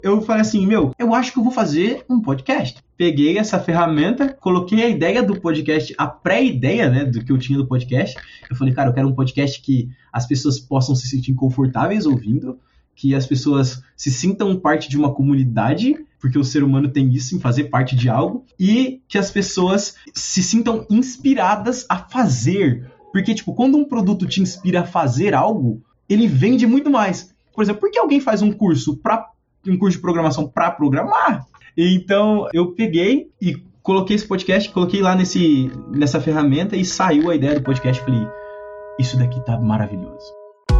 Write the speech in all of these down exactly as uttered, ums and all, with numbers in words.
Eu falei assim, meu, eu acho que eu vou fazer um podcast. Peguei essa ferramenta, coloquei a ideia do podcast, a pré-ideia, né, do que eu tinha do podcast. Eu falei, cara, eu quero um podcast que as pessoas possam se sentir confortáveis ouvindo, que as pessoas se sintam parte de uma comunidade, porque o ser humano tem isso, em fazer parte de algo, e que as pessoas se sintam inspiradas a fazer. Porque, tipo, quando um produto te inspira a fazer algo, ele vende muito mais. Por exemplo, por que alguém faz um curso para um curso de programação para programar? Então, eu peguei e coloquei esse podcast, coloquei lá nesse, nessa ferramenta e saiu a ideia do podcast. Falei, isso daqui tá maravilhoso.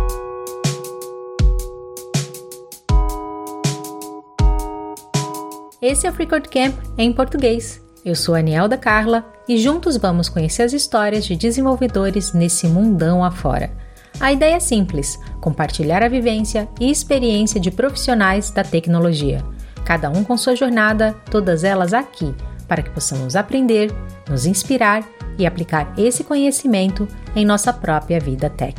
Esse é o FreeCodeCamp em português. Eu sou a Anielda Carla e juntos vamos conhecer as histórias de desenvolvedores nesse mundão afora. A ideia é simples, compartilhar a vivência e experiência de profissionais da tecnologia. Cada um com sua jornada, todas elas aqui, para que possamos aprender, nos inspirar e aplicar esse conhecimento em nossa própria vida tech.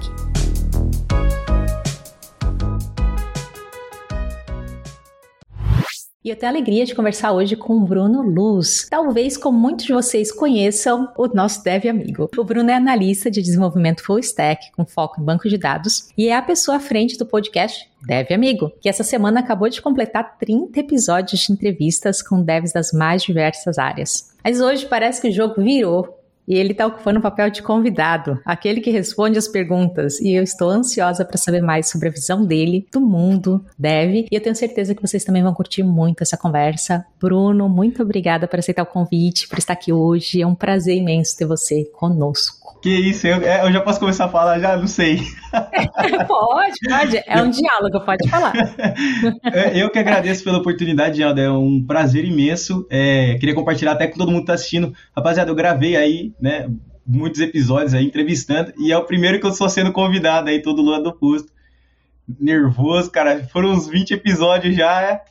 E eu tenho a alegria de conversar hoje com o Bruno Luz. Talvez, como muitos de vocês conheçam, o nosso dev amigo. O Bruno é analista de desenvolvimento full stack, com foco em banco de dados, e é a pessoa à frente do podcast Dev Amigo, que essa semana acabou de completar trinta episódios de entrevistas com devs das mais diversas áreas. Mas hoje parece que o jogo virou. E ele está ocupando o papel de convidado, aquele que responde as perguntas. E eu estou ansiosa para saber mais sobre a visão dele, do mundo dev. E eu tenho certeza que vocês também vão curtir muito essa conversa. Bruno, muito obrigada por aceitar o convite, por estar aqui hoje. É um prazer imenso ter você conosco. Que isso, eu, eu já posso começar a falar? Já não sei. Pode, pode. É um diálogo, pode falar. Eu que agradeço pela oportunidade, Alda. É um prazer imenso. É, queria compartilhar até com todo mundo que está assistindo. Rapaziada, eu gravei aí, né, muitos episódios aí, entrevistando, e é o primeiro que eu estou sendo convidado aí, todo lado do posto. Nervoso, cara. Foram uns vinte episódios já, é?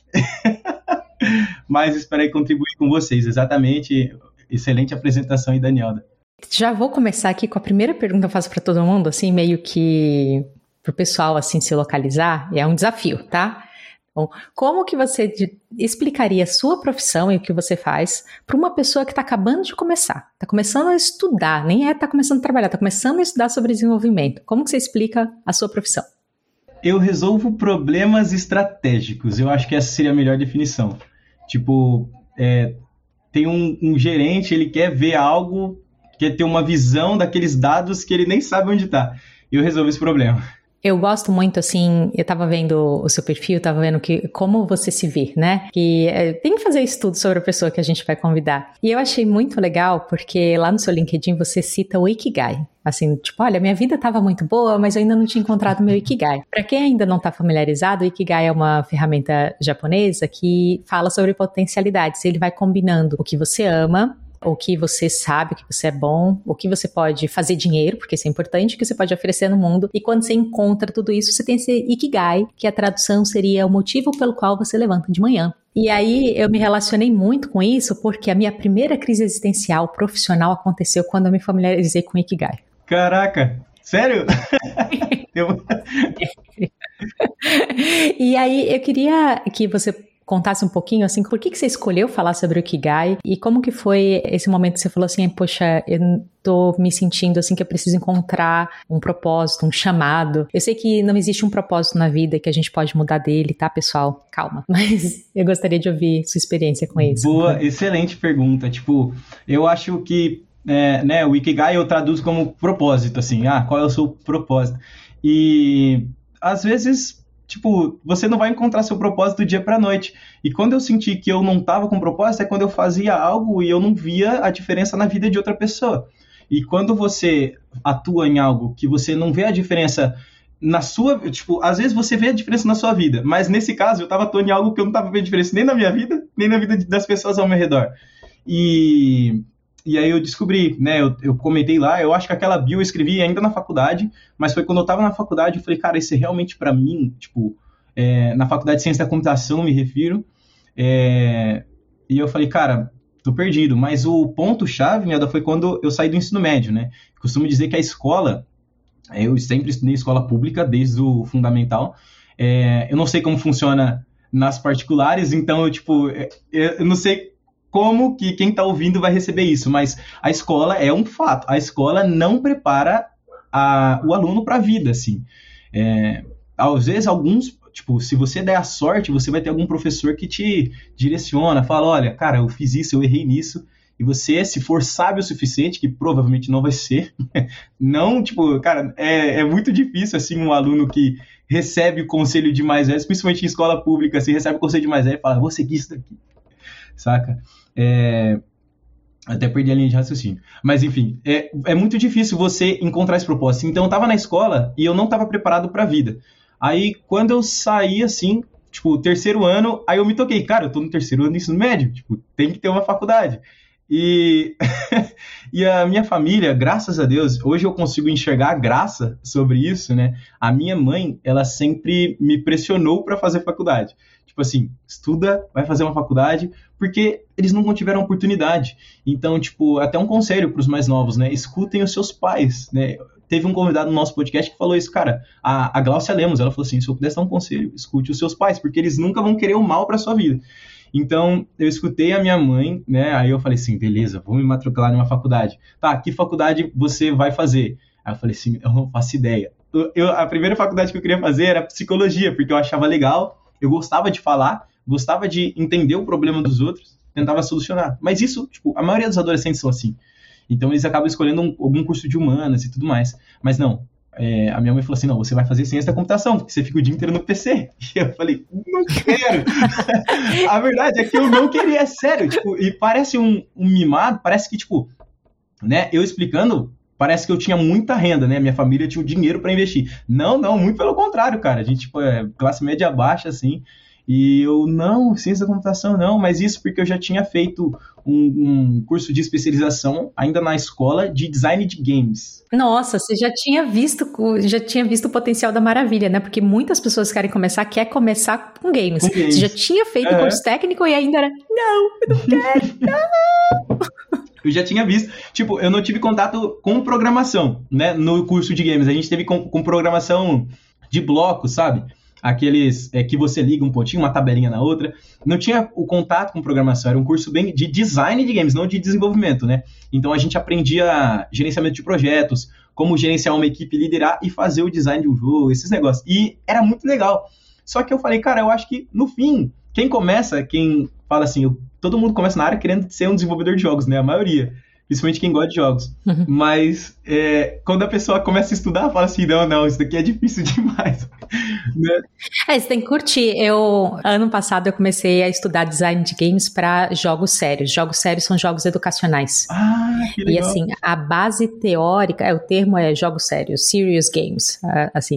Mas espero aí contribuir com vocês. Exatamente. Excelente apresentação aí, Danielda. Já vou começar aqui com a primeira pergunta que eu faço para todo mundo, assim, meio que pro pessoal, assim, se localizar, e é um desafio, tá? Bom, como que você de, explicaria a sua profissão e o que você faz para uma pessoa que está acabando de começar, está começando a estudar, nem é tá começando a trabalhar, está começando a estudar sobre desenvolvimento. Como que você explica a sua profissão? Eu resolvo problemas estratégicos, eu acho que essa seria a melhor definição. Tipo, é, tem um, um gerente, ele quer ver algo, quer ter uma visão daqueles dados que ele nem sabe onde está. Eu resolvo esse problema. Eu gosto muito, assim, eu tava vendo o seu perfil, tava vendo que, como você se vê, né? Que é, tem que fazer estudo sobre a pessoa que a gente vai convidar. E eu achei muito legal, porque lá no seu LinkedIn você cita o Ikigai. Assim, tipo, olha, minha vida tava muito boa, mas eu ainda não tinha encontrado meu Ikigai. Para quem ainda não tá familiarizado, o Ikigai é uma ferramenta japonesa que fala sobre potencialidades. Ele vai combinando o que você ama, o que você sabe, o que você é bom, o que você pode fazer dinheiro, porque isso é importante, o que você pode oferecer no mundo. E quando você encontra tudo isso, você tem esse Ikigai, que a tradução seria o motivo pelo qual você levanta de manhã. E aí eu me relacionei muito com isso, porque a minha primeira crise existencial profissional aconteceu quando eu me familiarizei com o Ikigai. Caraca, sério? eu... E aí eu queria que você contasse um pouquinho, assim, por que, que você escolheu falar sobre o Ikigai e como que foi esse momento que você falou assim, poxa, eu tô me sentindo assim que eu preciso encontrar um propósito, um chamado. Eu sei que não existe um propósito na vida que a gente pode mudar dele, tá, pessoal? Calma. Mas eu gostaria de ouvir sua experiência com isso. Boa, excelente pergunta. Tipo, eu acho que é, né, o Ikigai eu traduzo como propósito, assim, ah, qual é o seu propósito? E às vezes... Tipo, você não vai encontrar seu propósito do dia pra noite. E quando eu senti que eu não tava com propósito, é quando eu fazia algo e eu não via a diferença na vida de outra pessoa. E quando você atua em algo que você não vê a diferença na sua... Tipo, às vezes você vê a diferença na sua vida. Mas nesse caso, eu tava atuando em algo que eu não tava vendo diferença nem na minha vida, nem na vida das pessoas ao meu redor. E... E aí eu descobri, né, eu, eu comentei lá, eu acho que aquela bio eu escrevi ainda na faculdade, mas foi quando eu tava na faculdade, eu falei, cara, isso é realmente pra mim, tipo, é, na faculdade de Ciência da Computação, me refiro, é, e eu falei, cara, tô perdido, mas o ponto-chave, Melda, foi quando eu saí do ensino médio, né, costumo dizer que a escola, eu sempre estudei escola pública, desde o fundamental, é, eu não sei como funciona nas particulares, então, eu, tipo, eu não sei como que quem está ouvindo vai receber isso, mas a escola é um fato. A escola não prepara a, o aluno para a vida, assim. É, às vezes, alguns, tipo, se você der a sorte, você vai ter algum professor que te direciona, fala, olha, cara, eu fiz isso, eu errei nisso, e você, se for sábio o suficiente, que provavelmente não vai ser, não, tipo, cara, é, é muito difícil, assim, um aluno que recebe o conselho de mais velhos, principalmente em escola pública, assim, recebe o conselho de mais velho e fala, vou seguir isso daqui, saca? É... Até perdi a linha de raciocínio. Mas, enfim, é, é muito difícil você encontrar esse propósito. Então, eu tava na escola e eu não tava preparado pra vida. Aí, quando eu saí, assim, tipo, terceiro ano, aí eu me toquei, cara, eu tô no terceiro ano do ensino médio, tipo, tem que ter uma faculdade. E, e a minha família, graças a Deus, hoje eu consigo enxergar a graça sobre isso, né? A minha mãe, ela sempre me pressionou para fazer faculdade. Tipo assim, estuda, vai fazer uma faculdade, porque eles nunca tiveram oportunidade. Então, tipo, até um conselho para os mais novos, né? Escutem os seus pais, né? Teve um convidado no nosso podcast que falou isso, cara, a, a Gláucia Lemos, ela falou assim, se eu pudesse dar um conselho, escute os seus pais, porque eles nunca vão querer o mal para sua vida. Então, eu escutei a minha mãe, né? Aí eu falei assim, beleza, vou me matricular numa faculdade. Tá, que faculdade você vai fazer? Aí eu falei assim, eu não faço ideia. Eu, eu, a primeira faculdade que eu queria fazer era psicologia, porque eu achava legal, eu gostava de falar, gostava de entender o problema dos outros, tentava solucionar. Mas isso, tipo, a maioria dos adolescentes são assim. Então, eles acabam escolhendo um, algum curso de humanas e tudo mais. Mas não, É, a minha mãe falou assim, não, você vai fazer ciência da computação, porque você fica o dia inteiro no P C. E eu falei, não quero. A verdade é que eu não queria, é sério. Tipo, e parece um, um mimado, parece que, tipo, né, eu explicando, parece que eu tinha muita renda, né? Minha família tinha o dinheiro para investir. Não, não, muito pelo contrário, cara. A gente, tipo, é classe média baixa, assim. E eu, não, ciência da computação não, mas isso porque eu já tinha feito um, um curso de especialização, ainda na escola, de design de games. Nossa, você já tinha visto, já tinha visto o potencial da maravilha, né? Porque muitas pessoas querem começar, quer começar com games. Com games. Você já tinha feito o é. curso técnico e ainda era, não, eu não quero, não! Eu já tinha visto, tipo, eu não tive contato com programação, né, no curso de games. A gente teve com, com programação de blocos, sabe? Aqueles é, que você liga um pontinho, uma tabelinha na outra. Não tinha o contato com programação, era um curso bem de design de games, não de desenvolvimento, né? Então a gente aprendia gerenciamento de projetos, como gerenciar uma equipe, liderar e fazer o design de um jogo, esses negócios. E era muito legal. Só que eu falei, cara, eu acho que no fim, quem começa, quem fala assim, eu, todo mundo começa na área querendo ser um desenvolvedor de jogos, né? A maioria. Principalmente quem gosta de jogos. Uhum. Mas é, quando a pessoa começa a estudar, fala assim, não, não, isso daqui é difícil demais. Né? É, você tem que curtir. Eu, ano passado eu comecei a estudar design de games para jogos sérios. Jogos sérios são jogos educacionais. Ah, que legal. E assim, a base teórica, é, o termo é jogos sérios, serious games. Assim,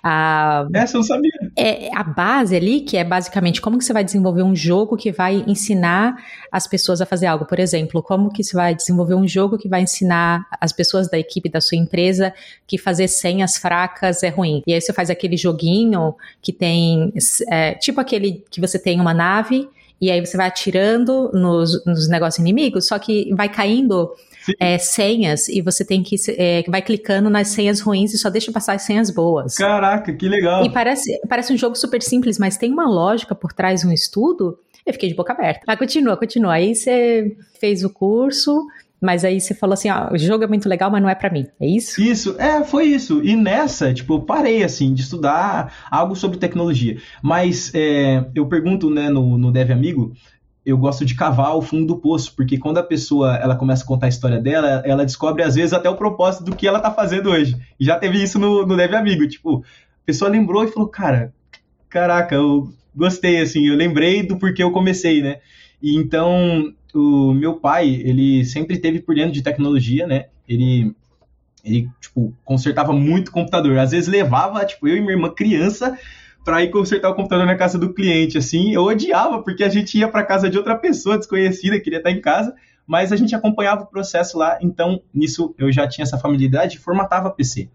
a, Essa eu não sabia. É, a base ali, que é basicamente como que você vai desenvolver um jogo que vai ensinar as pessoas a fazer algo. Por exemplo, como que você vai desenvolver um jogo que vai ensinar as pessoas da equipe da sua empresa que fazer senhas fracas é ruim. E aí você faz aquele joguinho que tem, é, tipo aquele que você tem uma nave e aí você vai atirando nos, nos negócios inimigos, só que vai caindo é, senhas e você tem que, é, vai clicando nas senhas ruins e só deixa passar as senhas boas. Caraca, que legal. E parece, parece um jogo super simples, mas tem uma lógica por trás, um estudo. Eu fiquei de boca aberta. Mas continua, continua. Aí você fez o curso, mas aí você falou assim, ó, o jogo é muito legal, mas não é pra mim. É isso? Isso, é, foi isso. E nessa, tipo, eu parei, assim, de estudar algo sobre tecnologia. Mas é, eu pergunto, né, no, no Dev Amigo, eu gosto de cavar o fundo do poço, porque quando a pessoa, ela começa a contar a história dela, ela descobre, às vezes, até o propósito do que ela tá fazendo hoje. E já teve isso no, no Dev Amigo, tipo, a pessoa lembrou e falou, cara, caraca, eu gostei, assim, eu lembrei do porquê eu comecei, né? E então, o meu pai, ele sempre teve por dentro de tecnologia, né? Ele, ele, tipo, consertava muito computador. Às vezes levava, tipo, eu e minha irmã criança pra ir consertar o computador na casa do cliente, assim. Eu odiava, porque a gente ia pra casa de outra pessoa desconhecida, queria estar em casa, mas a gente acompanhava o processo lá. Então, nisso, eu já tinha essa familiaridade e formatava P C,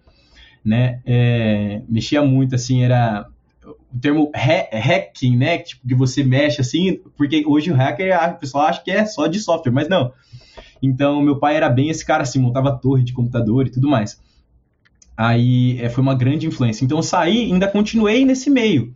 né? É, mexia muito, assim, era... o termo ha- hacking, né, tipo, que você mexe assim, porque hoje o hacker, a pessoa acha que é só de software, mas não. Então, meu pai era bem esse cara assim, montava torre de computador e tudo mais. Aí, é, foi uma grande influência. Então, eu saí e ainda continuei nesse meio.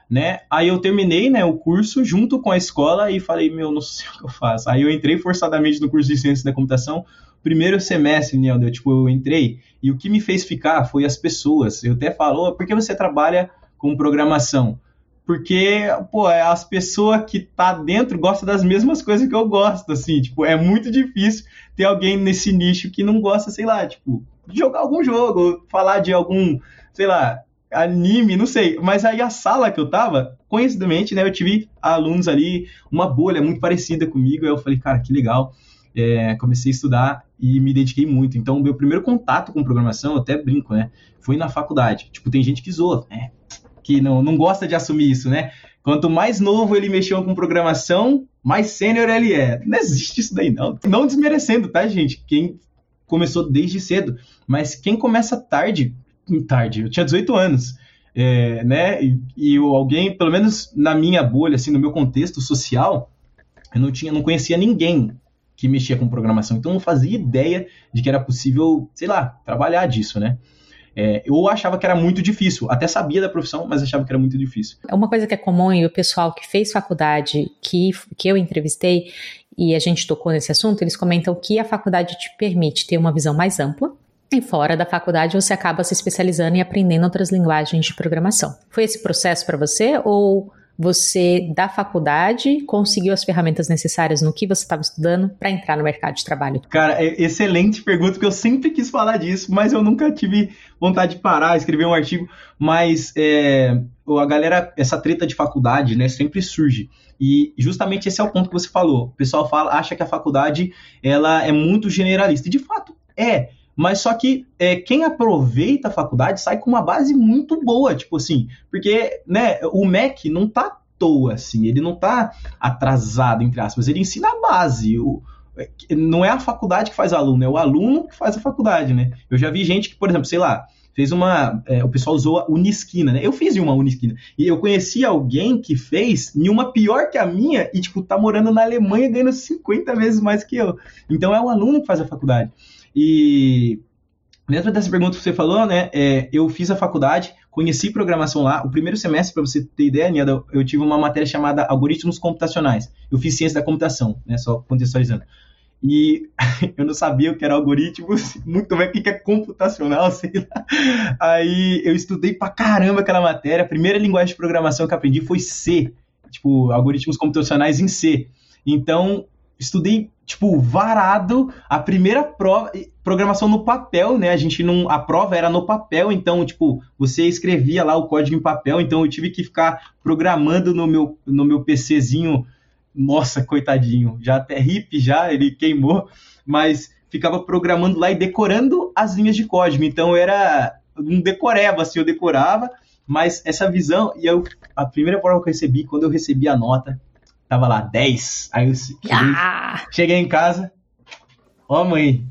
né? Aí eu terminei, né, o curso junto com a escola e falei, meu, não sei o que eu faço. Aí eu entrei forçadamente no curso de Ciência da Computação. Primeiro semestre, né, eu, tipo, eu entrei e o que me fez ficar foi as pessoas. Eu até falo, oh, por que você trabalha com programação? Porque, pô, as pessoas que tá dentro gostam das mesmas coisas que eu gosto, assim, tipo, é muito difícil ter alguém nesse nicho que não gosta, sei lá, tipo, de jogar algum jogo, ou falar de algum, sei lá, anime, não sei. Mas aí a sala que eu tava, coincidentemente, né, eu tive alunos ali, uma bolha muito parecida comigo, aí eu falei, cara, que legal. É, comecei a estudar e me dediquei muito. Então, o meu primeiro contato com programação, eu até brinco, né, foi na faculdade. Tipo, tem gente que zoa, né, que não, não gosta de assumir isso, né? Quanto mais novo ele mexeu com programação, mais sênior ele é. Não existe isso daí, não. Não desmerecendo, tá, gente? Quem começou desde cedo. Mas quem começa tarde, tarde, eu tinha dezoito anos, é, né? E, e alguém, pelo menos na minha bolha, assim, no meu contexto social, eu não, tinha, não conhecia ninguém que mexia com programação. Então, eu não fazia ideia de que era possível, sei lá, trabalhar disso, né? É, eu achava que era muito difícil, até sabia da profissão, mas achava que era muito difícil. Uma coisa que é comum e o pessoal que fez faculdade, que, que eu entrevistei e a gente tocou nesse assunto, eles comentam que a faculdade te permite ter uma visão mais ampla e fora da faculdade você acaba se especializando e aprendendo outras linguagens de programação. Foi esse processo para você ou você, da faculdade, conseguiu as ferramentas necessárias no que você estava estudando para entrar no mercado de trabalho? Cara, é excelente pergunta, porque eu sempre quis falar disso, mas eu nunca tive vontade de parar, escrever um artigo, mas é, a galera, essa treta de faculdade, né, sempre surge. E justamente esse é o ponto que você falou. O pessoal fala, acha que a faculdade ela é muito generalista, e de fato é. Mas só que é, quem aproveita a faculdade sai com uma base muito boa, tipo assim, porque, né, o M E C não tá à toa, assim, ele não tá atrasado, entre aspas, ele ensina a base, o, não é a faculdade que faz aluno, é o aluno que faz a faculdade, né? Eu já vi gente que, por exemplo, sei lá, fez uma, é, o pessoal usou a Unisquina, né? Eu fiz em uma Unisquina, e eu conheci alguém que fez em uma pior que a minha e, tipo, tá morando na Alemanha ganhando cinquenta vezes mais que eu. Então é o aluno que faz a faculdade. E dentro dessa pergunta que você falou, né, é, eu fiz a faculdade, conheci programação lá. O primeiro semestre, para você ter ideia, Nieda, eu tive uma matéria chamada Algoritmos Computacionais. Eu fiz Ciência da Computação, né, só contextualizando. E eu não sabia o que era algoritmos, muito bem o que é computacional, sei lá. Aí eu estudei pra caramba aquela matéria. A primeira linguagem de programação que eu aprendi foi C, tipo, algoritmos computacionais em C. Então, estudei, tipo, varado. A primeira prova, programação no papel, né? A gente não, a prova era no papel, então, tipo, você escrevia lá o código em papel, então eu tive que ficar programando no meu, no meu PCzinho. Nossa, coitadinho, já até hippie já, ele queimou, mas ficava programando lá e decorando as linhas de código. Então era um decoreba, assim, eu decorava, mas essa visão, e eu, a primeira prova que eu recebi, quando eu recebi a nota, tava lá, dez. Aí eu cheguei, ah! cheguei em casa, ó mãe,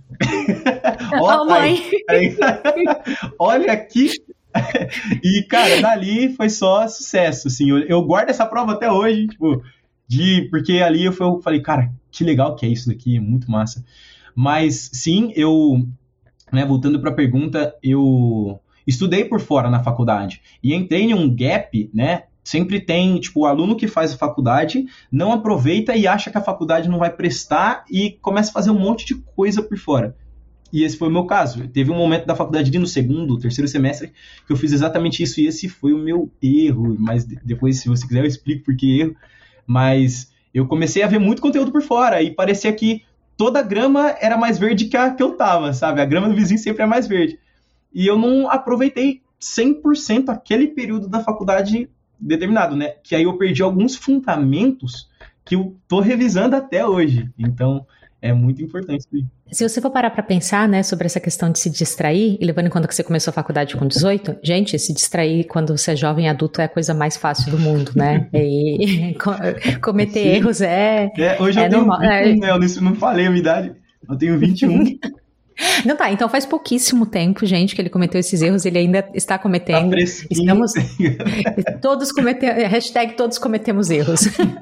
ó oh, mãe, aí, olha aqui. E cara, dali foi só sucesso, assim, eu, eu guardo essa prova até hoje, tipo, de, porque ali eu, eu falei, cara, que legal que é isso daqui, é muito massa. Mas sim, eu, né, voltando para a pergunta, eu estudei por fora na faculdade e entrei em um gap, né? Sempre tem, tipo, o aluno que faz a faculdade não aproveita e acha que a faculdade não vai prestar e começa a fazer um monte de coisa por fora. E esse foi o meu caso. Teve um momento da faculdade ali no segundo, terceiro semestre, que eu fiz exatamente isso e esse foi o meu erro. Mas depois, se você quiser, eu explico por que erro. Mas eu comecei a ver muito conteúdo por fora e parecia que toda a grama era mais verde que a que eu tava, sabe? A grama do vizinho sempre é mais verde. E eu não aproveitei cem por cento aquele período da faculdade determinado, né? Que aí eu perdi alguns fundamentos que eu tô revisando até hoje. Então, é muito importante isso aí. Se você for parar para pensar, né, sobre essa questão de se distrair, e levando em conta que você começou a faculdade com dezoito, gente, se distrair quando você é jovem adulto é a coisa mais fácil do mundo, né? E cometer Sim. erros é... é hoje é eu tenho normal. vinte e um, né? Eu não falei a minha idade. Eu tenho vinte e um. Não tá, então faz pouquíssimo tempo, gente, que ele cometeu esses erros, ele ainda está cometendo. Tá Estamos todos cometendo, hashtag todos cometemos erros.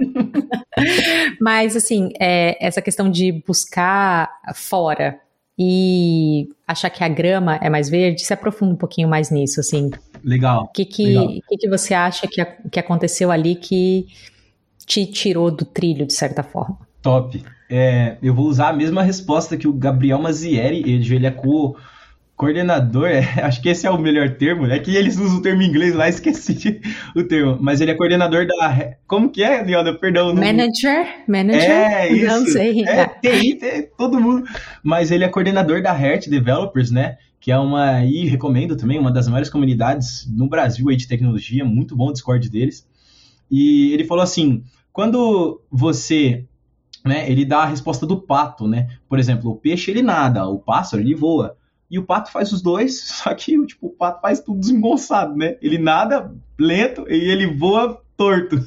Mas assim, é, essa questão de buscar fora e achar que a grama é mais verde, se aprofunda um pouquinho mais nisso, assim. Legal. O que que, que, que você acha que, que aconteceu ali que te tirou do trilho, de certa forma? Top. É, eu vou usar a mesma resposta que o Gabriel Mazzieri, ele, ele é co coordenador, é, acho que esse é o melhor termo, é que eles usam o termo em inglês lá, esqueci o termo, mas ele é coordenador da... Como que é, Leona? Perdão. Não... Manager? Manager? É, isso. Não sei. É, T I, T, todo mundo. Mas ele é coordenador da Heart Developers, né? Que é uma, e recomendo também, uma das maiores comunidades no Brasil aí de tecnologia, muito bom o Discord deles. E ele falou assim, quando você... Né, ele dá a resposta do pato, né? Por exemplo, o peixe ele nada, o pássaro ele voa. E o pato faz os dois, só que tipo, o pato faz tudo desengonçado, né? Ele nada lento e ele voa torto.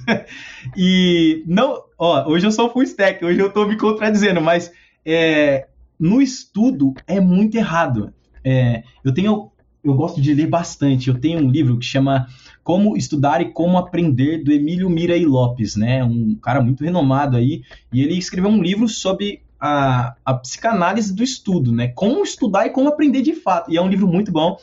E não, ó, hoje eu sou full stack, hoje eu tô me contradizendo, mas é, no estudo é muito errado. É, eu tenho, eu gosto de ler bastante. Eu tenho um livro que chama Como Estudar e Como Aprender, do Emílio Mirai Lopes, né? Um cara muito renomado aí, e ele escreveu um livro sobre A, a psicanálise do estudo, né? Como estudar e como aprender de fato. E é um livro muito bom.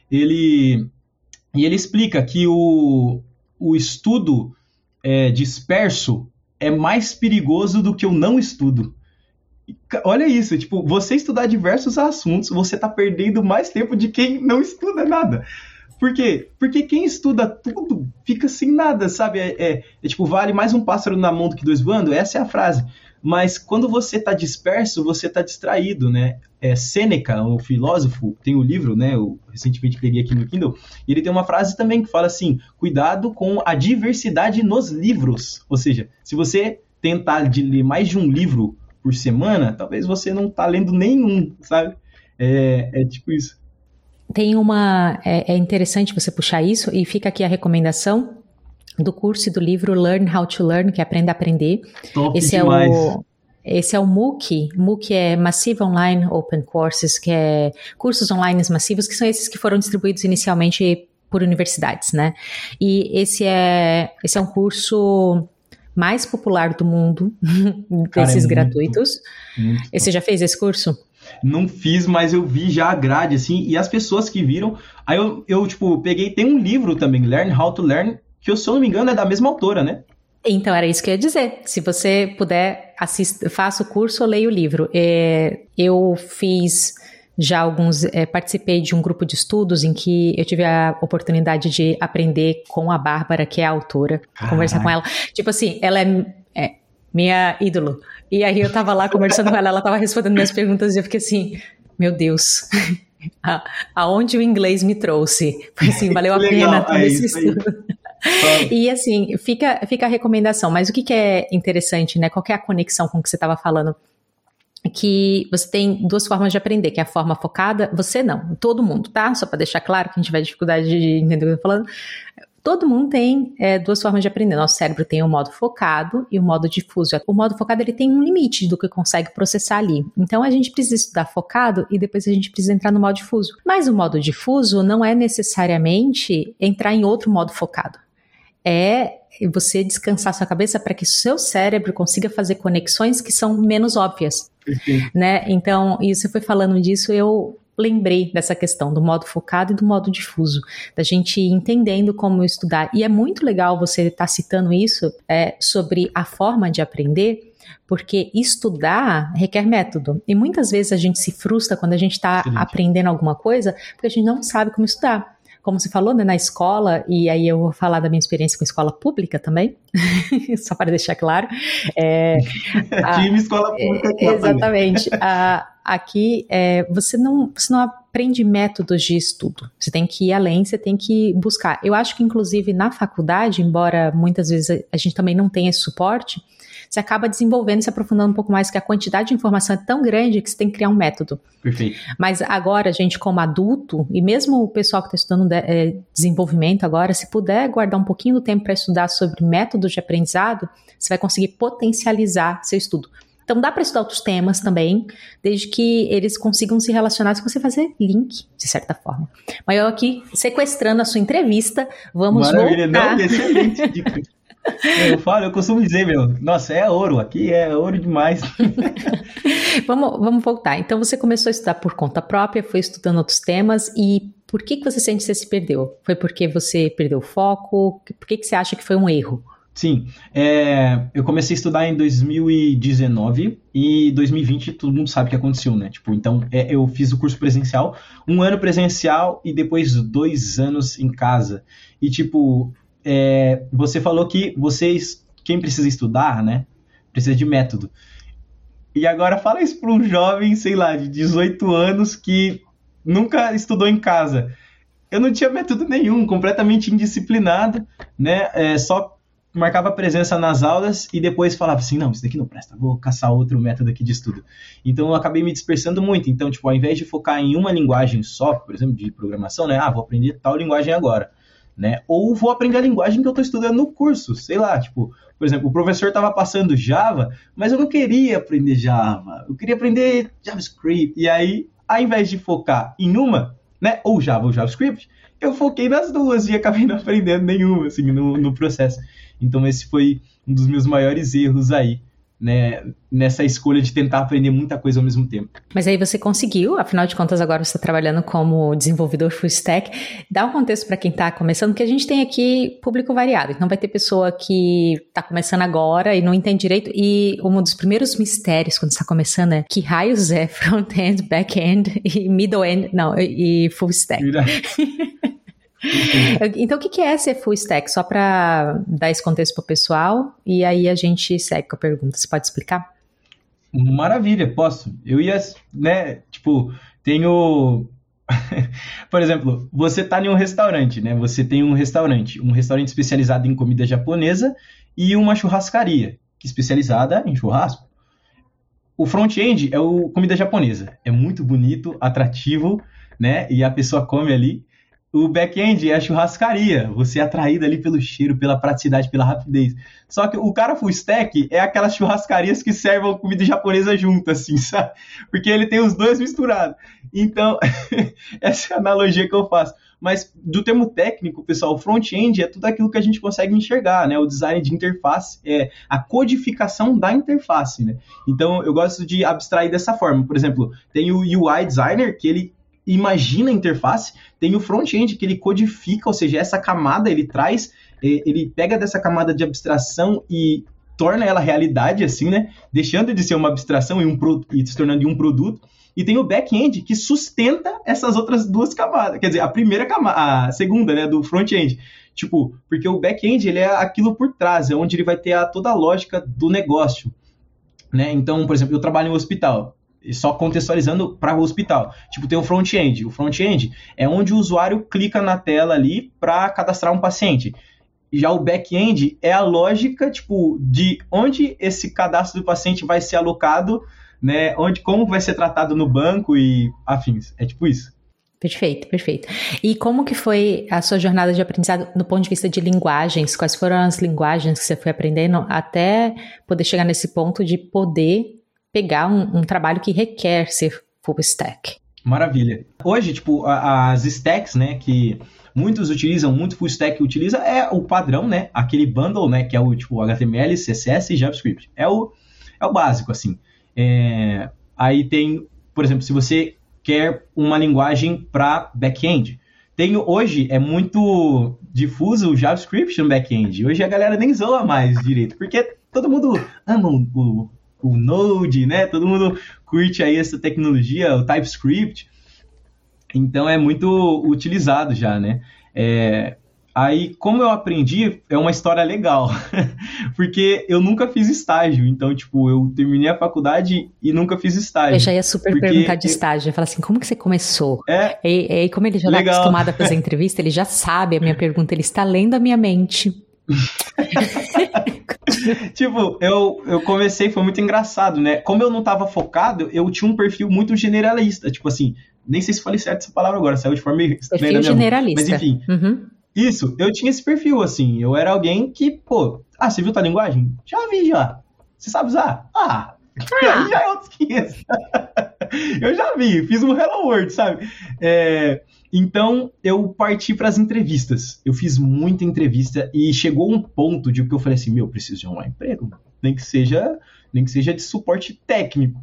Ele, e ele explica que o, o estudo é, disperso é mais perigoso do que o não estudo. Olha isso, tipo, você estudar diversos assuntos, você está perdendo mais tempo de quem não estuda nada. Por quê? Porque quem estuda tudo fica sem nada, sabe? É, é, é tipo, vale mais um pássaro na mão do que dois voando? Essa é a frase. Mas quando você está disperso, você está distraído, né? É, Sêneca, o filósofo, tem o livro, né? Eu recentemente peguei aqui no Kindle, e ele tem uma frase também que fala assim, cuidado com a diversidade nos livros. Ou seja, se você tentar de ler mais de um livro por semana, talvez você não está lendo nenhum, sabe? É, é tipo isso. Tem uma... É, é interessante você puxar isso, e fica aqui a recomendação do curso e do livro Learn How to Learn, que é Aprenda a Aprender. Top esse demais. É o, esse é o MOOC. MOOC é Massive Online Open Courses, que é cursos online massivos, que são esses que foram distribuídos inicialmente por universidades, né? E esse é, esse é um curso mais popular do mundo, Cara, desses é muito, gratuitos. muito Você já fez esse curso? Não fiz, mas eu vi já a grade, assim, e as pessoas que viram... Aí eu, eu tipo, peguei... Tem um livro também, Learn How to Learn, que, se eu não me engano, é da mesma autora, né? Então, era isso que eu ia dizer. Se você puder, assista, faça o curso ou leia o livro. É, eu fiz já alguns... É, participei de um grupo de estudos em que eu tive a oportunidade de aprender com a Bárbara, que é a autora, Caraca. Conversar com ela. Tipo assim, ela é, é minha ídolo. E aí eu tava lá conversando com ela, ela tava respondendo minhas perguntas e eu fiquei assim, meu Deus... A, aonde o inglês me trouxe. Assim, valeu a pena todo esse estudo. E assim, fica, fica a recomendação, mas o que, que é interessante, né? Qual que é a conexão com o que você estava falando? Que você tem duas formas de aprender, que é a forma focada, você não, todo mundo, tá? Só para deixar claro que a gente vai ter dificuldade de entender o que eu tô falando. Todo mundo tem é, duas formas de aprender. Nosso cérebro tem o modo focado e o modo difuso. O modo focado ele tem um limite do que consegue processar ali. Então a gente precisa estudar focado e depois a gente precisa entrar no modo difuso. Mas o modo difuso não é necessariamente entrar em outro modo focado. É você descansar sua cabeça para que o seu cérebro consiga fazer conexões que são menos óbvias. Né? Então, e você foi falando disso, eu lembrei dessa questão do modo focado e do modo difuso, da gente entendendo como estudar. E é muito legal você estar citando isso é, sobre a forma de aprender, porque estudar requer método. E muitas vezes a gente se frustra quando a gente está aprendendo alguma coisa, porque a gente não sabe como estudar. Como você falou, né, na escola, e aí eu vou falar da minha experiência com escola pública também, só para deixar claro. É, a, Time escola pública aqui. Exatamente. A, aqui, é, você, não, você não aprende métodos de estudo. Você tem que ir além, você tem que buscar. Eu acho que, inclusive, na faculdade, embora muitas vezes a gente também não tenha esse suporte, você acaba desenvolvendo e se aprofundando um pouco mais, que a quantidade de informação é tão grande que você tem que criar um método. Perfeito. Mas agora, a gente como adulto, e mesmo o pessoal que está estudando de, é, desenvolvimento agora, se puder guardar um pouquinho do tempo para estudar sobre métodos de aprendizado, você vai conseguir potencializar seu estudo. Então dá para estudar outros temas também, desde que eles consigam se relacionar, se você fazer link, de certa forma. Mas eu aqui, sequestrando a sua entrevista, vamos Maravilha, voltar. Não, excelente dica. Eu falo, eu costumo dizer, meu, nossa, é ouro, aqui é ouro demais. vamos, vamos voltar. Então você começou a estudar por conta própria, foi estudando outros temas e por que, que você sente que você se perdeu? Foi porque você perdeu o foco? Por que, que você acha que foi um erro? Sim, é, eu comecei a estudar em dois mil e dezenove e dois mil e vinte todo mundo sabe o que aconteceu, né? Tipo, então é, eu fiz o curso presencial, um ano presencial e depois dois anos em casa. E tipo, é, você falou que vocês, quem precisa estudar, né? Precisa de método. E agora fala isso para um jovem, sei lá, de dezoito anos que nunca estudou em casa. Eu não tinha método nenhum, completamente indisciplinado, né? É, só marcava presença nas aulas e depois falava assim, não, isso daqui não presta, vou caçar outro método aqui de estudo. Então eu acabei me dispersando muito. Então, tipo, ao invés de focar em uma linguagem só, por exemplo, de programação, né? Ah, vou aprender tal linguagem agora, né? Ou vou aprender a linguagem que eu estou estudando no curso, sei lá, tipo, por exemplo, o professor estava passando Java, mas eu não queria aprender Java, eu queria aprender JavaScript. E aí, ao invés de focar em uma, né, ou Java ou JavaScript, eu foquei nas duas e acabei não aprendendo nenhuma, assim, no, no processo. Então esse foi um dos meus maiores erros aí, né, nessa escolha de tentar aprender muita coisa ao mesmo tempo. Mas aí você conseguiu, afinal de contas agora você está trabalhando como desenvolvedor full stack. Dá um contexto para quem está começando, porque a gente tem aqui público variado, então vai ter pessoa que está começando agora e não entende direito, e um dos primeiros mistérios quando está começando é que raios é front-end, back-end e middle-end, não, e full stack. Então, o que é ser full stack? Só para dar esse contexto para o pessoal, e aí a gente segue com a pergunta. Você pode explicar? Maravilha, posso. Eu ia, né, tipo, tenho... Por exemplo, você tá em um restaurante, né? Você tem um restaurante, um restaurante especializado em comida japonesa e uma churrascaria, que é especializada em churrasco. O front-end é o comida japonesa. É muito bonito, atrativo, né? E a pessoa come ali. O back-end é a churrascaria, você é atraído ali pelo cheiro, pela praticidade, pela rapidez. Só que o cara full stack é aquelas churrascarias que servam comida japonesa junto, assim, sabe? Porque ele tem os dois misturados. Então, essa é a analogia que eu faço. Mas do termo técnico, pessoal, o front-end é tudo aquilo que a gente consegue enxergar, né? O design de interface é a codificação da interface, né? Então, eu gosto de abstrair dessa forma. Por exemplo, tem o U I designer, que ele imagina a interface, tem o front-end que ele codifica, ou seja, essa camada ele traz, ele pega dessa camada de abstração e torna ela realidade, assim, né? Deixando de ser uma abstração e, um pro, e se tornando um produto. E tem o back-end que sustenta essas outras duas camadas. Quer dizer, a primeira camada, a segunda, né, do front-end. Tipo, porque o back-end ele é aquilo por trás, é onde ele vai ter a, toda a lógica do negócio, né? Então, por exemplo, eu trabalho em um hospital. Só contextualizando para o hospital. Tipo, tem o front-end. O front-end é onde o usuário clica na tela ali para cadastrar um paciente. Já o back-end é a lógica, tipo, de onde esse cadastro do paciente vai ser alocado, né? Onde, como vai ser tratado no banco e afins. É tipo isso. Perfeito, perfeito. E como que foi a sua jornada de aprendizado do ponto de vista de linguagens? Quais foram as linguagens que você foi aprendendo até poder chegar nesse ponto de poder pegar um, um trabalho que requer ser full stack? Maravilha. Hoje, tipo, as stacks, né, que muitos utilizam, muito full stack utiliza, é o padrão, né, aquele bundle, né, que é o tipo H T M L, C S S e JavaScript. É o, é o básico, assim. É, aí tem, por exemplo, se você quer uma linguagem para back-end, tem, hoje é muito difuso o JavaScript no back-end. Hoje a galera nem zoa mais direito, porque todo mundo ama o o Node, né? Todo mundo curte aí essa tecnologia, o TypeScript. Então é muito utilizado já, né? É, aí, como eu aprendi, é uma história legal. Porque eu nunca fiz estágio. Então, tipo, eu terminei a faculdade e nunca fiz estágio. Eu já ia super porque... perguntar de estágio. Eu ia falar assim, como que você começou? É, e, e como ele já está acostumado a fazer entrevista, ele já sabe a minha pergunta, ele está lendo a minha mente. Tipo, eu, eu comecei, foi muito engraçado, né? Como eu não tava focado, eu tinha um perfil muito generalista. Tipo assim, nem sei se falei certo essa palavra agora, saiu de forma estranha. Perfil generalista. Mas enfim, uhum. Isso, eu tinha esse perfil, assim. Eu era alguém que, pô, ah, você viu tua linguagem? Já vi, já. Você sabe usar? Ah, aí já é outros quinhentos. Eu já vi, fiz um Hello World, sabe? É... Então, eu parti para as entrevistas. Eu fiz muita entrevista e chegou um ponto de que eu falei assim, meu, preciso de um emprego, nem que seja, nem que seja de suporte técnico.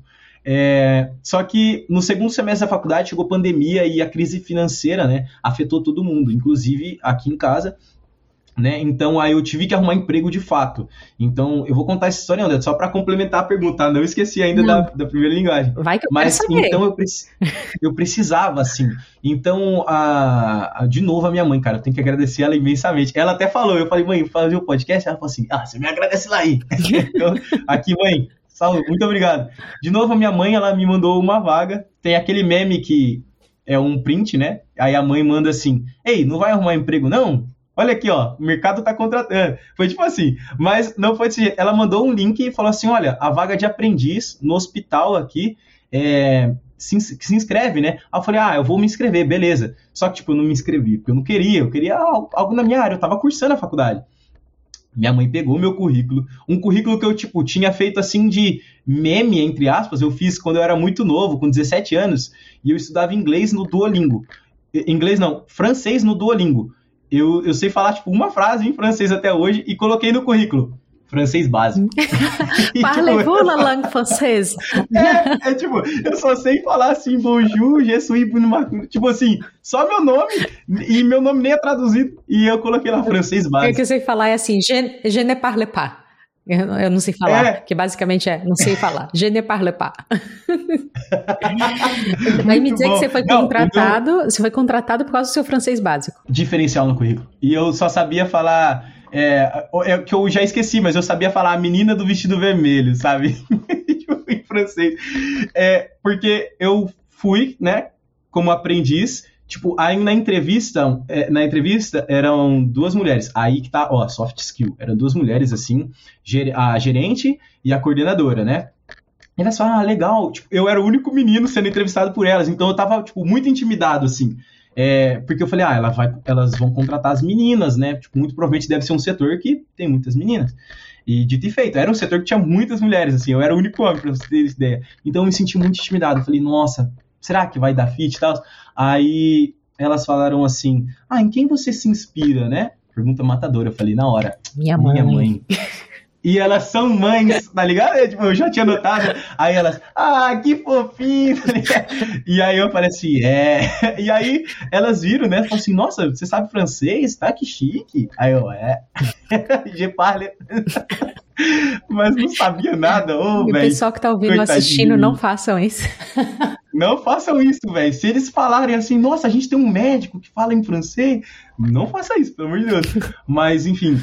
É, só que no segundo semestre da faculdade chegou pandemia e a crise financeira, né, afetou todo mundo, inclusive aqui em casa. Né? Então aí eu tive que arrumar emprego de fato. Então eu vou contar essa história, André, só para complementar a pergunta. Não esqueci ainda da, da primeira linguagem. Vai que eu Mas quero saber. então eu, preci- eu precisava, assim. Então, a, a- de novo, a minha mãe, cara, eu tenho que agradecer ela imensamente. Ela até falou, eu falei, mãe, vou fazer o podcast. Ela falou assim: ah, você me agradece lá aí. Então, aqui, mãe, salve, muito obrigado. De novo, a minha mãe, ela me mandou uma vaga. Tem aquele meme que é um print, né? Aí a mãe manda assim: ei, não vai arrumar emprego, não? Olha aqui, ó, o mercado tá contratando. Foi tipo assim, mas não foi desse jeito. Ela mandou um link e falou assim, olha, a vaga de aprendiz no hospital aqui, é, se, ins- se inscreve, né? Aí eu falei, ah, eu vou me inscrever, beleza. Só que, tipo, eu não me inscrevi, porque eu não queria, eu queria algo, algo na minha área, eu tava cursando a faculdade. Minha mãe pegou meu currículo, um currículo que eu, tipo, tinha feito, assim, de meme, entre aspas, eu fiz quando eu era muito novo, com dezessete anos, e eu estudava inglês no Duolingo. I- Inglês não, francês no Duolingo. Eu, eu sei falar, tipo, uma frase em francês até hoje e coloquei no currículo. Francês básico. E, tipo, Parlez-vous la langue française? é, é tipo, eu só sei falar assim, bonjour, je suis bonjour. Tipo assim, só meu nome, e meu nome nem é traduzido, e eu coloquei lá francês O que básico. eu sei falar é assim, je, je ne parle pas. Eu, eu não sei falar, É. que basicamente é, não sei falar. Je ne parle pas. Vai me Muito dizer bom. que você foi Não, contratado, você foi contratado por causa do seu francês básico. Diferencial no currículo. E eu só sabia falar, é, é, que eu já esqueci, mas eu sabia falar a menina do vestido vermelho, sabe? Em francês. É, porque eu fui, né, como aprendiz, tipo, aí na entrevista, é, na entrevista eram duas mulheres, aí que tá, ó, soft skill, eram duas mulheres, assim, ger- a gerente e a coordenadora, né? E elas falaram, ah, legal, tipo, eu era o único menino sendo entrevistado por elas, então eu tava, tipo, muito intimidado, assim, é, porque eu falei, ah, ela vai, elas vão contratar as meninas, né, tipo, muito provavelmente deve ser um setor que tem muitas meninas, e dito e feito, era um setor que tinha muitas mulheres, assim, eu era o único homem, pra você ter ideia, então eu me senti muito intimidado, eu falei, nossa, será que vai dar fit e tal? Aí elas falaram assim, ah, em quem você se inspira, né? Pergunta matadora, eu falei, na hora, Minha mãe. minha mãe. E elas são mães, tá ligado? Eu, tipo, eu já tinha notado. Aí elas, ah, que fofinho, tá ligado? E aí eu falei assim, é. E aí elas viram, né? Falaram assim, nossa, você sabe francês? Tá, que chique. Aí eu, é. Je parle. Mas não sabia nada, ô, E o velho. pessoal que tá ouvindo, Coitadinho. assistindo, não façam isso. Não façam isso, velho. Se eles falarem assim, nossa, a gente tem um médico que fala em francês, não faça isso, pelo amor de Deus. Mas, enfim,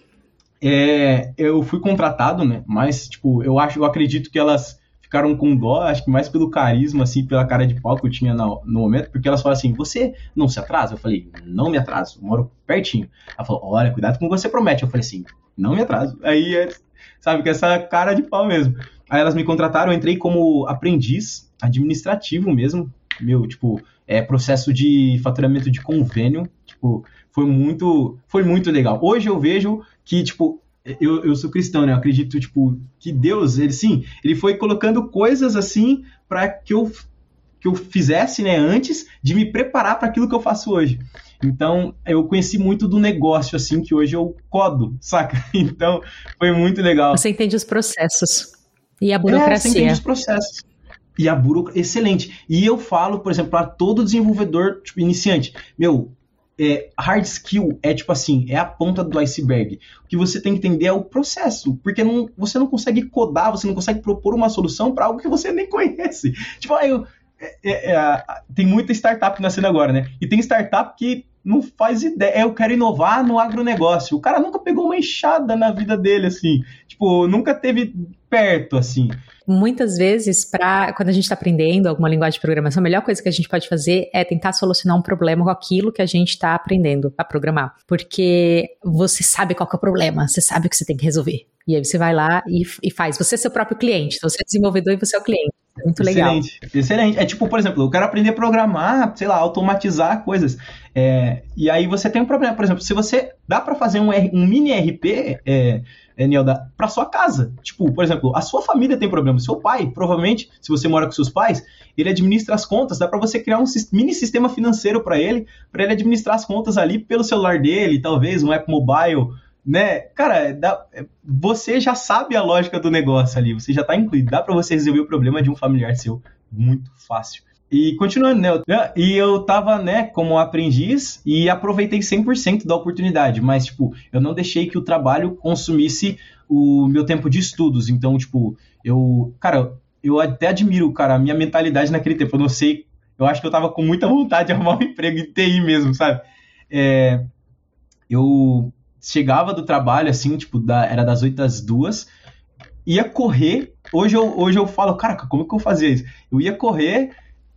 é, eu fui contratado, né? Mas, tipo, eu acho, eu acredito que elas ficaram com dó, acho que mais pelo carisma, assim, pela cara de pau que eu tinha no, no momento, porque elas falaram assim, você não se atrasa? Eu falei, não me atraso, eu moro pertinho. Ela falou, olha, cuidado com o que você promete. Eu falei assim, não me atraso. Aí, é, sabe, com essa cara de pau mesmo. Aí elas me contrataram, eu entrei como aprendiz administrativo mesmo, meu, tipo, é processo de faturamento de convênio, tipo, foi muito, foi muito legal. Hoje eu vejo que, tipo, eu, eu sou cristão, né, eu acredito, tipo, que Deus, ele, sim, ele foi colocando coisas, assim, para que eu, que eu fizesse, né, antes de me preparar para aquilo que eu faço hoje. Então, eu conheci muito do negócio, assim, que hoje eu codo, saca? Então, foi muito legal. Você entende os processos e a É, você burocracia. entende os processos. E a burocracia, excelente. E eu falo, por exemplo, para todo desenvolvedor tipo, iniciante, meu, é, hard skill é tipo assim, é a ponta do iceberg. O que você tem que entender é o processo, porque não, você não consegue codar, você não consegue propor uma solução para algo que você nem conhece. Tipo, aí eu, é, é, é, tem muita startup nascendo agora, né? E tem startup que não faz ideia. Eu quero inovar no agronegócio. O cara nunca pegou uma enxada na vida dele, assim. Tipo, nunca teve perto, assim. Muitas vezes, pra, quando a gente está aprendendo alguma linguagem de programação, a melhor coisa que a gente pode fazer é tentar solucionar um problema com aquilo que a gente está aprendendo a programar. Porque você sabe qual que é o problema, você sabe o que você tem que resolver. E aí você vai lá e, e faz. Você é seu próprio cliente, então você é desenvolvedor e você é o cliente. É muito legal. Excelente, excelente. É tipo, por exemplo, eu quero aprender a programar, sei lá, automatizar coisas. É, e aí você tem um problema, por exemplo, se você dá para fazer um, R, um mini R P, é, é, Nilda, para sua casa. Tipo, por exemplo, a sua família tem problema. Seu pai, provavelmente, se você mora com seus pais, ele administra as contas. Dá para você criar um mini sistema financeiro para ele, para ele administrar as contas ali pelo celular dele, talvez um app mobile. né? Cara, dá, você já sabe a lógica do negócio ali, você já tá incluído. Dá pra você resolver o problema de um familiar seu muito fácil. E continuando, né? E eu tava, né, como aprendiz e aproveitei cem por cento da oportunidade, mas, tipo, eu não deixei que o trabalho consumisse o meu tempo de estudos. Então, tipo, eu... Cara, eu até admiro, cara, a minha mentalidade naquele tempo. Eu não sei, eu acho que eu tava com muita vontade de arrumar um emprego em T I mesmo, sabe? É, eu chegava do trabalho, assim, tipo, da, era das oito às duas, ia correr. Hoje eu, hoje eu falo, caraca, como que eu fazia isso? Eu ia correr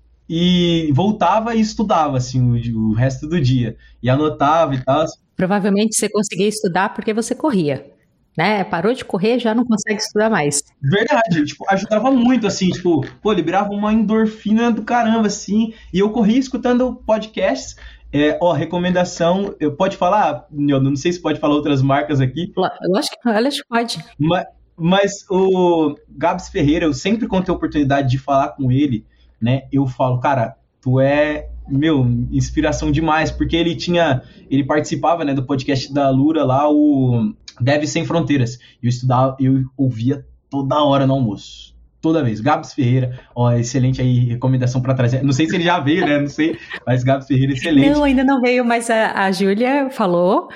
e voltava e estudava, assim, o, o resto do dia. E anotava e tal. Provavelmente você conseguia estudar porque você corria, né? Parou de correr, já não consegue estudar mais. Verdade, tipo, ajudava muito, assim, tipo, pô, liberava uma endorfina do caramba, assim, e eu corria escutando podcasts. É, ó, recomendação, eu pode falar, eu não sei se pode falar outras marcas aqui. Lógico que ela pode. Mas, mas o Gabs Ferreira, eu sempre quando tenho oportunidade de falar com ele, né, eu falo, cara, tu é, meu, inspiração demais, porque ele tinha, ele participava, né, do podcast da Lura lá, o Devs Sem Fronteiras. Eu estudava, eu ouvia toda hora no almoço. Toda vez. Gabs Ferreira, ó, excelente aí, recomendação para trazer. Não sei se ele já veio, né? Não sei, mas Gabs Ferreira, excelente. Não, ainda não veio, mas a, a Júlia falou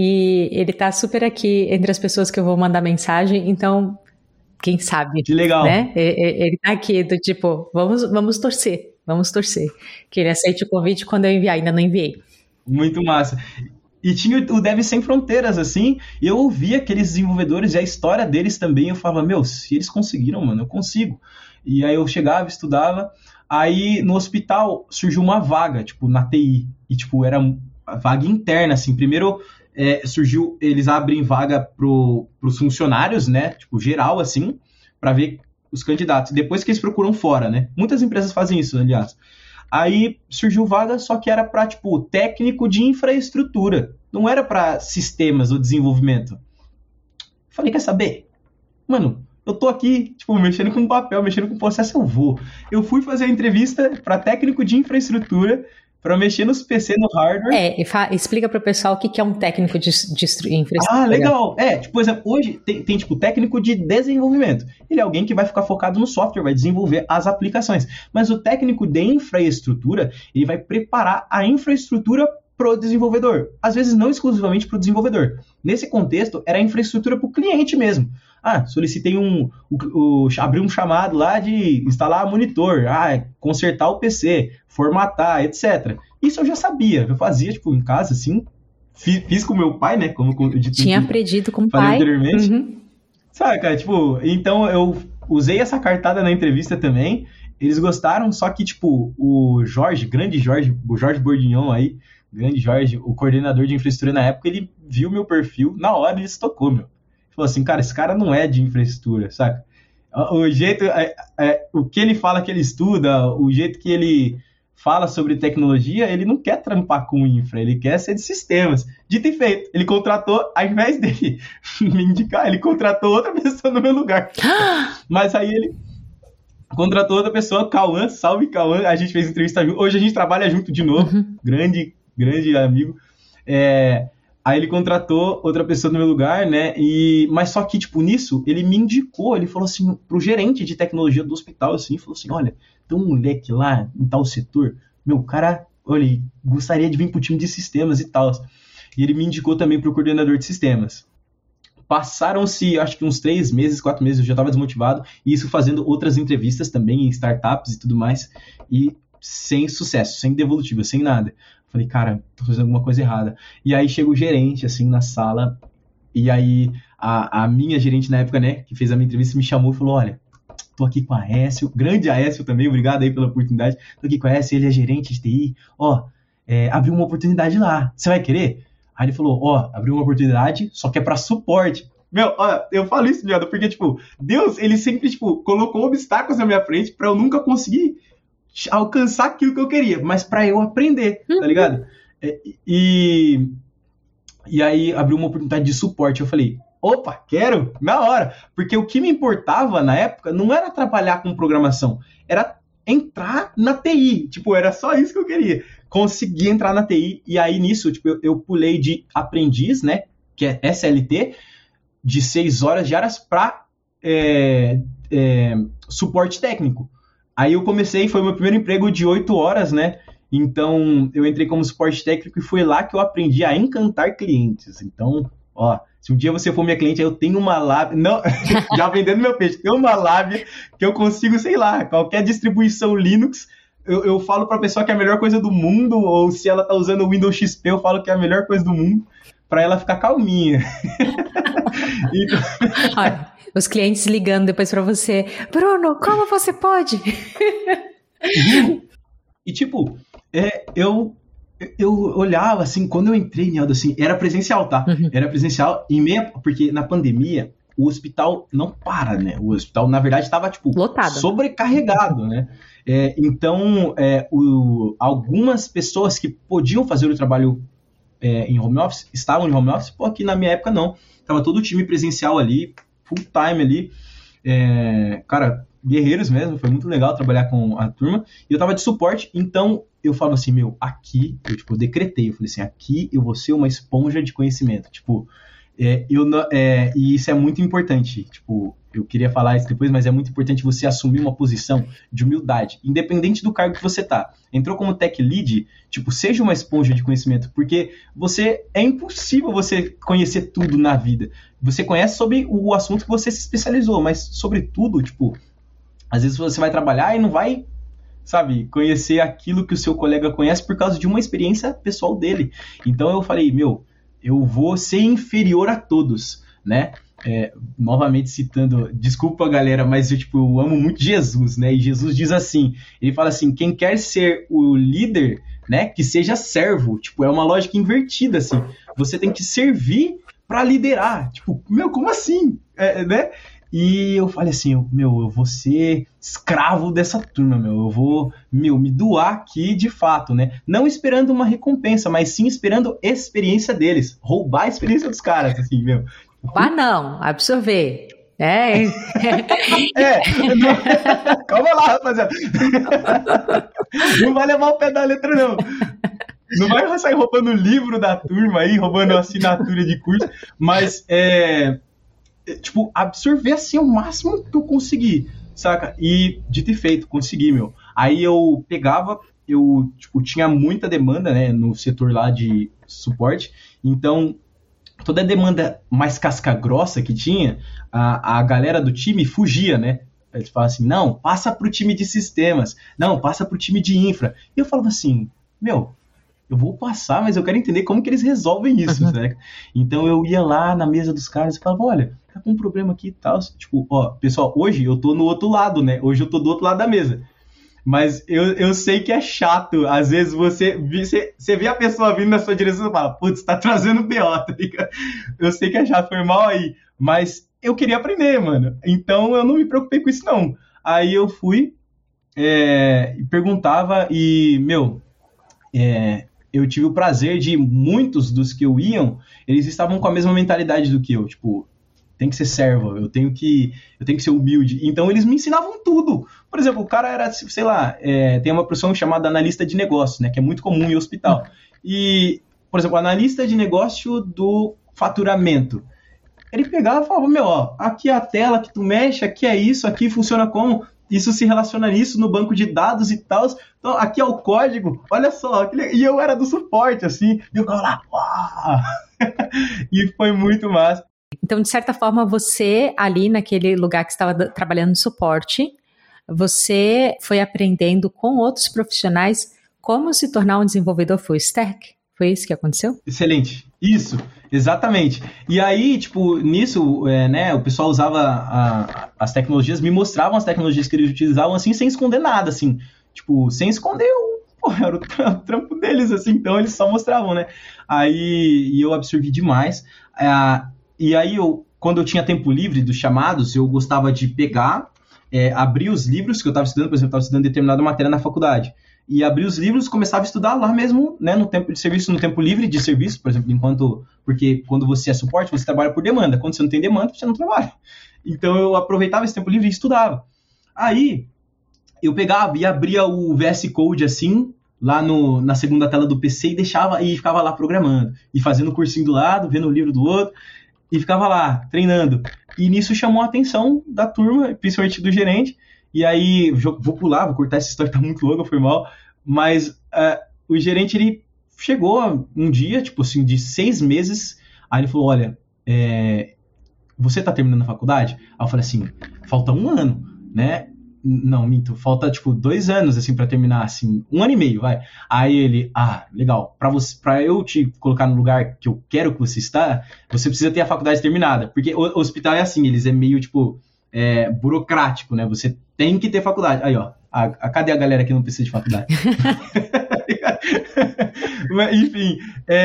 e ele tá super aqui entre as pessoas que eu vou mandar mensagem, então, quem sabe? Que legal. Né? Ele tá aqui do tipo, vamos, vamos torcer, vamos torcer. Que ele aceite o convite quando eu enviar, ainda não enviei. Muito massa. E tinha o Devs Sem Fronteiras, assim, e eu ouvia aqueles desenvolvedores e a história deles também, eu falava, meu, se eles conseguiram, mano, eu consigo. E aí eu chegava, estudava, aí no hospital surgiu uma vaga, tipo, na T I, e tipo, era uma vaga interna, assim, primeiro é, surgiu, eles abrem vaga pro, pros funcionários, né, tipo, geral, assim, para ver os candidatos, depois que eles procuram fora, né, muitas empresas fazem isso, aliás. Aí surgiu vaga, só que era para, tipo, técnico de infraestrutura. Não era para sistemas ou desenvolvimento. Falei, quer saber? Mano, eu tô aqui, tipo, mexendo com papel, mexendo com processo, eu vou. Eu fui fazer a entrevista para técnico de infraestrutura, para mexer nos P C, no hardware. É, e explica para o pessoal o que, que é um técnico de, de infraestrutura. Ah, legal. É, tipo, por exemplo, hoje tem, tem, tipo, técnico de desenvolvimento. Ele é alguém que vai ficar focado no software, vai desenvolver as aplicações. Mas o técnico de infraestrutura, ele vai preparar a infraestrutura pro desenvolvedor. Às vezes não exclusivamente pro desenvolvedor. Nesse contexto, era a infraestrutura pro cliente mesmo. Ah, solicitei um... O, o, abri um chamado lá de instalar monitor, ah, consertar o P C, formatar, etcétera. Isso eu já sabia. Eu fazia, tipo, em casa, assim. Fiz, fiz com meu pai, né? Como eu dito, Tinha aprendido com o pai. Anteriormente. Uhum. Sabe, cara, tipo... Então, eu usei essa cartada na entrevista também. Eles gostaram, só que, tipo, o Jorge, grande Jorge, o Jorge Bordignon aí, grande Jorge, o coordenador de infraestrutura na época, ele viu meu perfil, na hora ele se tocou, meu. Falou assim, cara, esse cara não é de infraestrutura, saca? O jeito, é, é, o que ele fala que ele estuda, o jeito que ele fala sobre tecnologia, ele não quer trampar com infra, ele quer ser de sistemas. Dito e feito, ele contratou, ao invés dele me indicar, ele contratou outra pessoa no meu lugar. Mas aí ele contratou outra pessoa, Cauã, salve Cauã, a gente fez entrevista junto, hoje a gente trabalha junto de novo, uhum. grande, grande amigo. É... Aí ele contratou outra pessoa no meu lugar, né? E, mas só que, tipo, nisso, ele me indicou, ele falou assim, pro gerente de tecnologia do hospital, assim, falou assim, olha, tem um moleque lá em tal setor, meu, cara, olha, gostaria de vir pro time de sistemas e tal. E ele me indicou também pro coordenador de sistemas. Passaram-se, acho que uns três meses, quatro meses, eu já estava desmotivado, e isso fazendo outras entrevistas também em startups e tudo mais, e sem sucesso, sem devolutiva, sem nada. Falei, cara, tô fazendo alguma coisa errada. E aí chega o gerente, assim, na sala, e aí a, a minha gerente na época, né, que fez a minha entrevista, me chamou e falou, olha, tô aqui com a Aécio, grande Aécio também, obrigado aí pela oportunidade, tô aqui com a Aécio, ele é gerente de T I, ó, é, abriu uma oportunidade lá, você vai querer? Aí ele falou, ó, abriu uma oportunidade, só que é pra suporte. Meu, ó, eu falo isso, viado, porque, tipo, Deus, ele sempre, tipo, colocou obstáculos na minha frente pra eu nunca conseguir alcançar aquilo que eu queria, mas para eu aprender, tá ligado? E, e aí abriu uma oportunidade de suporte, eu falei, opa, quero, na hora, porque o que me importava na época não era trabalhar com programação, era entrar na T I, tipo, era só isso que eu queria, conseguir entrar na T I, e aí nisso, tipo, eu, eu pulei de aprendiz, né, que é S L T, de seis horas diárias para é, é, suporte técnico. Aí eu comecei, foi o meu primeiro emprego de oito horas, né? Então, eu entrei como suporte técnico e foi lá que eu aprendi a encantar clientes. Então, ó, se um dia você for minha cliente, eu tenho uma lábia... Não, já vendendo meu peixe, tem uma lábia que eu consigo, sei lá, qualquer distribuição Linux, eu, eu falo pra pessoa que é a melhor coisa do mundo, ou se ela tá usando o Windows X P, eu falo que é a melhor coisa do mundo, pra ela ficar calminha. Então... Olha, os clientes ligando depois pra você, Bruno, como você pode? E tipo, é, eu, eu olhava assim, quando eu entrei em Aldo, assim, era presencial, tá? Uhum. Era presencial, em meia, porque na pandemia o hospital não para, né? O hospital, na verdade, estava tipo, lotado, sobrecarregado, né? É, então, é, o, algumas pessoas que podiam fazer o trabalho é, em home office, estavam em home office, pô, aqui na minha época não. Tava todo o time presencial ali, full time ali. É, cara, guerreiros mesmo, foi muito legal trabalhar com a turma. E eu tava de suporte, então eu falo assim, meu, aqui, eu tipo, eu decretei, eu falei assim, aqui eu vou ser uma esponja de conhecimento. Tipo, é, eu, é, e isso é muito importante, tipo, eu queria falar isso depois, mas é muito importante você assumir uma posição de humildade, independente do cargo que você tá. Entrou como tech lead, tipo, seja uma esponja de conhecimento, porque você, é impossível você conhecer tudo na vida. Você conhece sobre o assunto que você se especializou, mas sobre tudo, tipo, às vezes você vai trabalhar e não vai, sabe, conhecer aquilo que o seu colega conhece por causa de uma experiência pessoal dele. Então eu falei, meu, eu vou ser inferior a todos, né? É, novamente citando, desculpa galera, mas eu, tipo, eu amo muito Jesus, né? E Jesus diz assim, ele fala assim, quem quer ser o líder, né, que seja servo. Tipo, é uma lógica invertida, assim. Você tem que servir para liderar. Tipo, meu, como assim? É, né? E eu falei assim, meu, eu vou ser escravo dessa turma, meu, eu vou, meu, me doar aqui de fato, né? Não esperando uma recompensa, mas sim esperando a experiência deles, roubar a experiência dos caras, assim, meu. Roubar não, absorver. É, é não, calma lá, rapaziada. Não vai levar o pé da letra, não. Não vai sair roubando o livro da turma aí, roubando a assinatura de curso, mas é... tipo, absorver assim o máximo que eu consegui, saca? E, dito e feito, consegui, meu. Aí eu pegava, eu, tipo, tinha muita demanda, né, no setor lá de suporte, então, toda a demanda mais casca-grossa que tinha, a, a galera do time fugia, né? Eles falavam assim, não, passa pro time de sistemas, não, passa pro time de infra. E eu falava assim, meu... eu vou passar, mas eu quero entender como que eles resolvem isso, uhum. Né? Então eu ia lá na mesa dos caras e falava, olha, tá com um problema aqui e tal. Tipo, ó, pessoal, hoje eu tô no outro lado, né? Hoje eu tô do outro lado da mesa. Mas eu, eu sei que é chato. Às vezes você, você, você vê a pessoa vindo na sua direção e fala, putz, tá trazendo B O, tá ligado? Eu sei que é chato, foi mal aí. Mas eu queria aprender, mano. Então eu não me preocupei com isso, não. Aí eu fui é, e perguntava e, meu... É, eu tive o prazer de muitos dos que eu iam, eles estavam com a mesma mentalidade do que eu, tipo, tem que ser servo, eu tenho que, eu tenho que ser humilde. Então eles me ensinavam tudo. Por exemplo, o cara era, sei lá, é, tem uma profissão chamada analista de negócio, né, que é muito comum em hospital. E, por exemplo, analista de negócio do faturamento. Ele pegava e falava, meu, ó, aqui é a tela que tu mexe, aqui é isso, aqui funciona como... isso se relaciona nisso no banco de dados e tal. Então, aqui é o código, olha só. E eu era do suporte, assim. E eu ficava lá, uau! E foi muito massa. Então, de certa forma, você ali naquele lugar que estava trabalhando no suporte, você foi aprendendo com outros profissionais como se tornar um desenvolvedor full stack? Foi isso que aconteceu? Excelente. Isso, exatamente. E aí, tipo, nisso, é, né, o pessoal usava a, as tecnologias, me mostravam as tecnologias que eles utilizavam, assim, sem esconder nada, assim. Tipo, sem esconder o... Pô, era o trampo deles, assim, então eles só mostravam, né? Aí, e eu absorvi demais. É, e aí, eu, quando eu tinha tempo livre dos chamados, eu gostava de pegar, é, abrir os livros que eu estava estudando, por exemplo, eu estava estudando determinada matéria na faculdade. E abrir os livros, começava a estudar lá mesmo, né, no tempo de serviço, no tempo livre de serviço, por exemplo, enquanto, porque quando você é suporte, você trabalha por demanda, quando você não tem demanda, você não trabalha. Então eu aproveitava esse tempo livre e estudava. Aí eu pegava e abria o V S Code assim, lá no, na segunda tela do P C e deixava e ficava lá programando. E fazendo o cursinho do lado, vendo o livro do outro, e ficava lá, treinando. E nisso chamou a atenção da turma, principalmente do gerente. E aí, vou pular, vou cortar essa história, tá muito longa, foi mal. Mas uh, o gerente, ele chegou um dia, tipo assim, de seis meses, aí ele falou, olha, é, você tá terminando a faculdade? Aí eu falei assim, falta um ano, né? Não, minto, falta, tipo, dois anos, assim, pra terminar, assim, um ano e meio, vai. Aí ele, ah, legal, pra, você, pra eu te colocar no lugar que eu quero que você está, você precisa ter a faculdade terminada. Porque o, o hospital é assim, eles é meio, tipo, é, burocrático, né? Você tem que ter faculdade. Aí, ó, a, a, cadê a galera que não precisa de faculdade? Mas, enfim,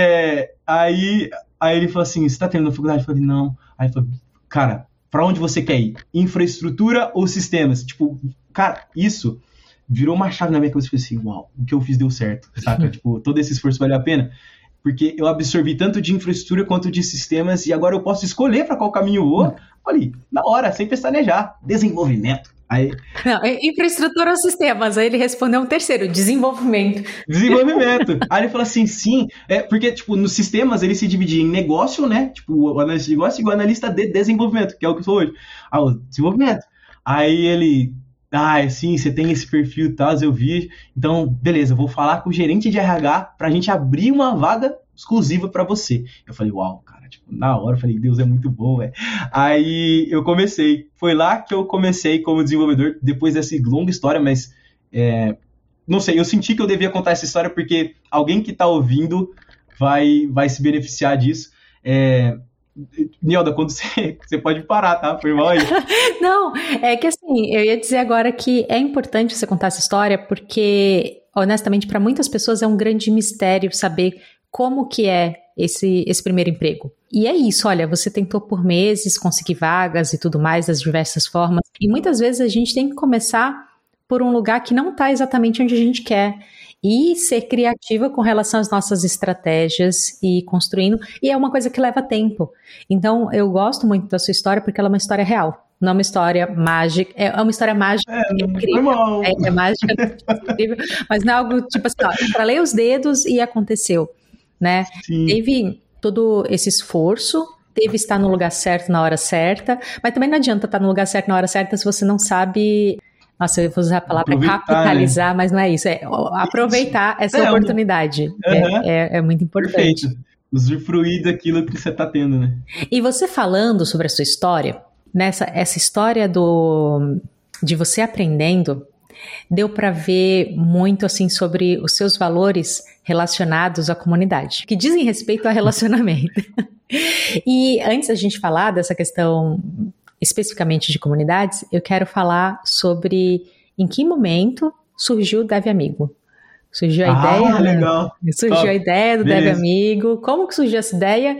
é, aí, aí ele falou assim, você tá terminando a faculdade? Eu falei, não. Aí ele falou, cara, pra onde você quer ir? Infraestrutura ou sistemas? Tipo, cara, isso virou uma chave na minha cabeça. Eu falei assim, uau, o que eu fiz deu certo, saca? Tipo, todo esse esforço valeu a pena. Porque eu absorvi tanto de infraestrutura quanto de sistemas e agora eu posso escolher pra qual caminho eu vou. Falei, na hora, sem pestanejar. Desenvolvimento. Aí, não, infraestrutura ou sistemas? Aí ele respondeu um terceiro, desenvolvimento. Desenvolvimento. Aí ele falou assim, sim, é, porque, tipo, nos sistemas ele se dividia em negócio, né? Tipo, o analista de negócio e o analista de desenvolvimento, que é o que eu sou hoje. Ah, o desenvolvimento. Aí ele, ah, sim, você tem esse perfil e tal, eu vi. Então, beleza, eu vou falar com o gerente de R H pra gente abrir uma vaga exclusiva pra você. Eu falei, uau, cara, tipo, na hora eu falei, Deus, é muito bom, velho. Aí eu comecei. Foi lá que eu comecei como desenvolvedor, depois dessa longa história, mas é, não sei, eu senti que eu devia contar essa história porque alguém que tá ouvindo vai, vai se beneficiar disso. É, Nielda, quando você, você pode parar, tá? Foi mal aí. Não, é que assim, eu ia dizer agora que é importante você contar essa história porque, honestamente, para muitas pessoas é um grande mistério saber como que é esse, esse primeiro emprego. E é isso, olha, você tentou por meses conseguir vagas e tudo mais, das diversas formas, e muitas vezes a gente tem que começar por um lugar que não está exatamente onde a gente quer, e ser criativa com relação às nossas estratégias e construindo, e é uma coisa que leva tempo. Então, eu gosto muito da sua história porque ela é uma história real, não é uma história mágica, é uma história mágica é, incrível, é, é mágica, é incrível, mas não é algo tipo assim, ó, estralei os dedos e aconteceu, né? Sim. Teve todo esse esforço, teve estar no lugar certo na hora certa, mas também não adianta estar no lugar certo na hora certa se você não sabe, nossa, eu vou usar a palavra capitalizar, né? Mas não é isso, é aproveitar essa é, oportunidade, uhum. é, é, é muito importante. Perfeito, usufruir daquilo que você está tendo, né? E você falando sobre a sua história, nessa essa história do, de você aprendendo, deu para ver muito assim sobre os seus valores relacionados à comunidade, que dizem respeito ao relacionamento. E antes da gente falar dessa questão especificamente de comunidades, eu quero falar sobre em que momento surgiu o Dev Amigo. Surgiu a ah, ideia, legal. Surgiu Top. a ideia do Beleza. Dev Amigo, como que surgiu essa ideia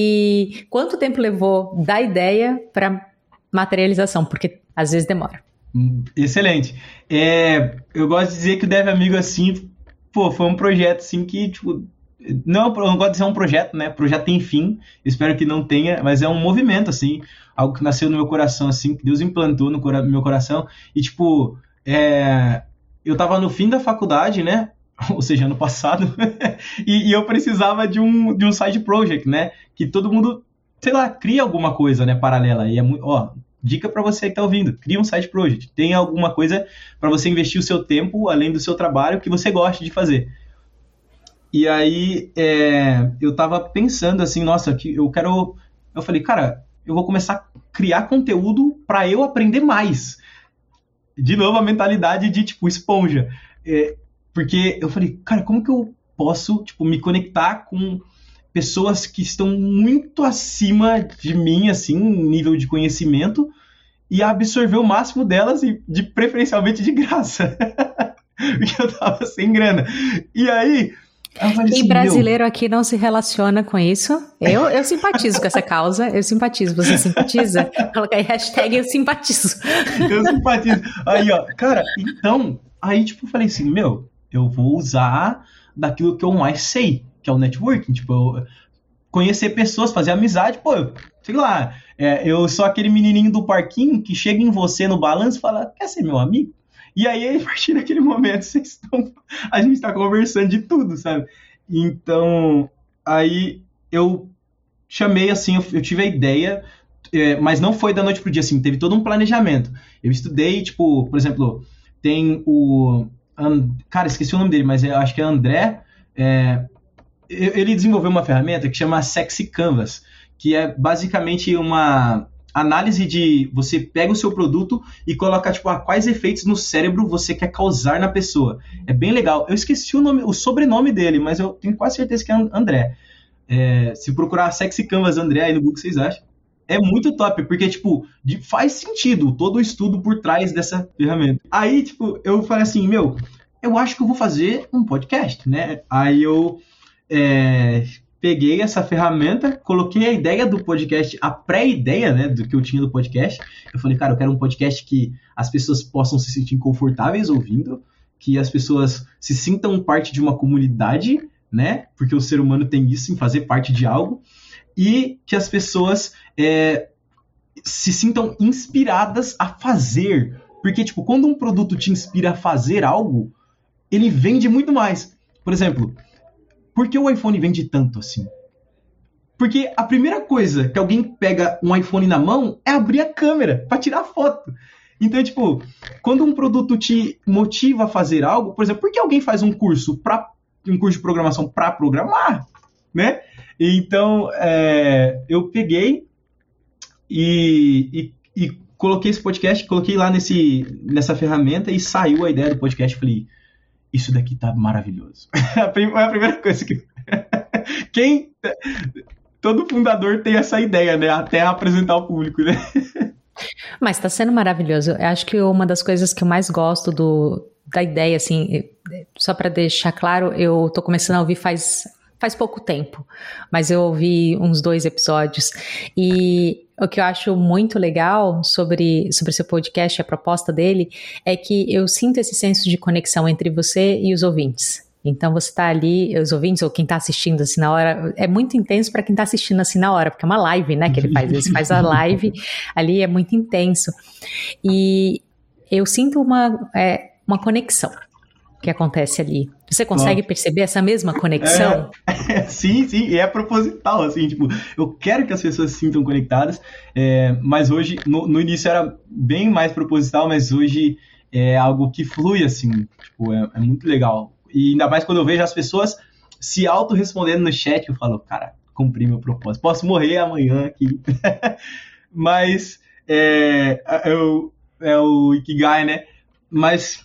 e quanto tempo levou da ideia para materialização, porque às vezes demora. Excelente. É, eu gosto de dizer que o Dev Amigo, assim, pô, foi um projeto, assim, que, tipo, não, eu não gosto de dizer um projeto, né, projeto tem fim, espero que não tenha, mas é um movimento, assim, algo que nasceu no meu coração, assim, que Deus implantou no cora- meu coração, e, tipo, é, eu tava no fim da faculdade, né, ou seja, ano passado, e, e eu precisava de um, de um side project, né, que todo mundo, sei lá, cria alguma coisa, né, paralela, e é muito, ó, dica para você que está ouvindo, cria um side project, tem alguma coisa para você investir o seu tempo, além do seu trabalho, que você gosta de fazer. E aí, é, eu tava pensando assim, nossa, que eu quero, eu falei, cara, eu vou começar a criar conteúdo para eu aprender mais. De novo, a mentalidade de, tipo, esponja. É, porque eu falei, cara, como que eu posso, tipo, me conectar com pessoas que estão muito acima de mim, assim, em nível de conhecimento, e absorver o máximo delas, e de preferencialmente de graça. Porque eu tava sem grana. E aí... E assim, brasileiro meu... aqui não se relaciona com isso. Eu, eu simpatizo com essa causa, eu simpatizo. Você simpatiza? Coloca aí hashtag eu simpatizo. Eu simpatizo. Aí, ó, cara, então, aí, tipo, eu falei assim, meu, eu vou usar daquilo que eu mais sei, que é o networking, tipo, conhecer pessoas, fazer amizade, pô, sei lá, é, eu sou aquele menininho do parquinho que chega em você no balanço e fala, quer ser meu amigo? E aí, a partir daquele momento, vocês estão, a gente está conversando de tudo, sabe? Então, aí eu chamei, assim, eu, eu tive a ideia, é, mas não foi da noite pro dia, assim, teve todo um planejamento. Eu estudei, tipo, por exemplo, tem o... Cara, esqueci o nome dele, mas eu acho que é André. É, ele desenvolveu uma ferramenta que chama Sexy Canvas, que é basicamente uma análise de... Você pega o seu produto e coloca, tipo, ah, quais efeitos no cérebro você quer causar na pessoa. É bem legal. Eu esqueci o, nome, o sobrenome dele, mas eu tenho quase certeza que é André. É, se procurar Sexy Canvas André aí no Google, vocês acham? É muito top, porque, tipo, de, faz sentido todo o estudo por trás dessa ferramenta. Aí, tipo, eu falei assim, meu, eu acho que eu vou fazer um podcast, né? Aí eu é, peguei essa ferramenta, coloquei a ideia do podcast, a pré-ideia, né, do que eu tinha do podcast. Eu falei, cara, eu quero um podcast que as pessoas possam se sentir confortáveis ouvindo, que as pessoas se sintam parte de uma comunidade, né? Porque o ser humano tem isso, em fazer parte de algo. E que as pessoas é, se sintam inspiradas a fazer. Porque, tipo, quando um produto te inspira a fazer algo, ele vende muito mais. Por exemplo, por que o iPhone vende tanto assim? Porque a primeira coisa que alguém pega um iPhone na mão é abrir a câmera para tirar foto. Então, tipo, quando um produto te motiva a fazer algo, por exemplo, por que alguém faz um curso para um curso de programação para programar, né? Então, é, eu peguei e, e, e coloquei esse podcast, coloquei lá nesse, nessa ferramenta e saiu a ideia do podcast. Falei, isso daqui tá maravilhoso. É a primeira coisa que... Quem... Todo fundador tem essa ideia, né? Até apresentar ao público, né? Mas tá sendo maravilhoso. Eu acho que uma das coisas que eu mais gosto do, da ideia, assim, só para deixar claro, eu tô começando a ouvir faz... Faz pouco tempo, mas eu ouvi uns dois episódios e o que eu acho muito legal sobre, sobre seu podcast, a proposta dele, é que eu sinto esse senso de conexão entre você e os ouvintes. Então você tá ali, os ouvintes ou quem tá assistindo assim na hora, é muito intenso para quem tá assistindo assim na hora, porque é uma live, né, que ele faz, ele faz a live ali, é muito intenso. E eu sinto uma, é, uma conexão que acontece ali. Você consegue perceber essa mesma conexão? É, é, sim, sim, e é proposital, assim, tipo, eu quero que as pessoas se sintam conectadas, é, mas hoje, no, no início era bem mais proposital, mas hoje é algo que flui, assim, tipo, é, é muito legal. E ainda mais quando eu vejo as pessoas se auto-respondendo no chat, eu falo, cara, cumpri meu propósito, posso morrer amanhã aqui. Mas, é, é, o, é o Ikigai, né? Mas...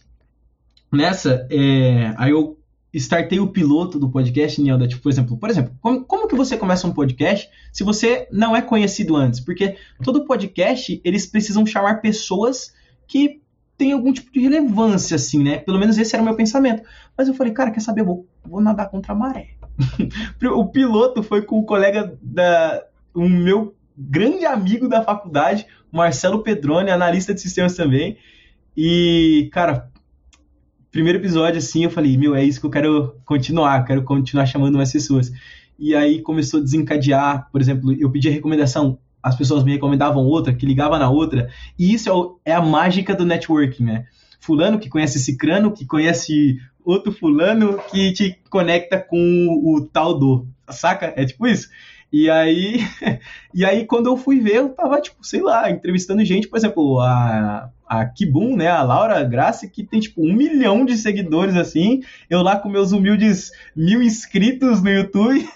Nessa, é, aí eu startei o piloto do podcast, Nielda, tipo, por exemplo, por exemplo, como, como que você começa um podcast se você não é conhecido antes? Porque todo podcast, eles precisam chamar pessoas que têm algum tipo de relevância, assim, né? Pelo menos esse era o meu pensamento. Mas eu falei, cara, quer saber? Eu vou, vou nadar contra a maré. O piloto foi com o colega da... o meu grande amigo da faculdade, Marcelo Pedroni, analista de sistemas também. E, cara... Primeiro episódio, assim, eu falei, meu, é isso que eu quero continuar, quero continuar chamando mais pessoas. E aí começou a desencadear, por exemplo, eu pedi a recomendação, as pessoas me recomendavam outra, que ligava na outra, e isso é, o, é a mágica do networking, né? Fulano que conhece cicrano, que conhece outro fulano, que te conecta com o, o tal do, saca? É tipo isso. E aí, e aí, quando eu fui ver, eu tava, tipo, sei lá, entrevistando gente, por exemplo, a, a Kibum, né, a Laura Graça, que tem, tipo, um milhão de seguidores, assim, eu lá com meus humildes mil inscritos no YouTube.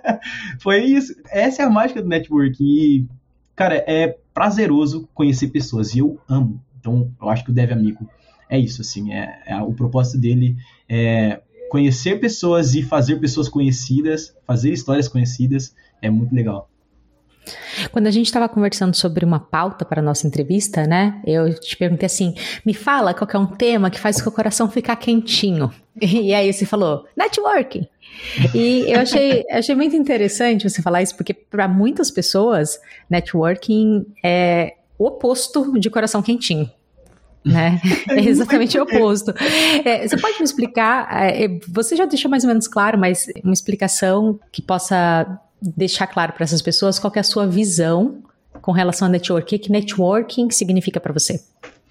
Foi isso. Essa é a mágica do networking. E, cara, é prazeroso conhecer pessoas, e eu amo. Então, eu acho que o Dev Amigo é isso, assim, é, é o propósito dele é conhecer pessoas e fazer pessoas conhecidas, fazer histórias conhecidas, é muito legal. Quando a gente estava conversando sobre uma pauta para a nossa entrevista, né, eu te perguntei assim, me fala qual que é um tema que faz o seu coração ficar quentinho. E aí você falou, networking. E eu achei, achei muito interessante você falar isso, porque para muitas pessoas, networking é o oposto de coração quentinho. Né? É exatamente o oposto. É, você pode me explicar, é, você já deixou mais ou menos claro, mas uma explicação que possa deixar claro para essas pessoas qual que é a sua visão com relação a networking, o que networking significa para você?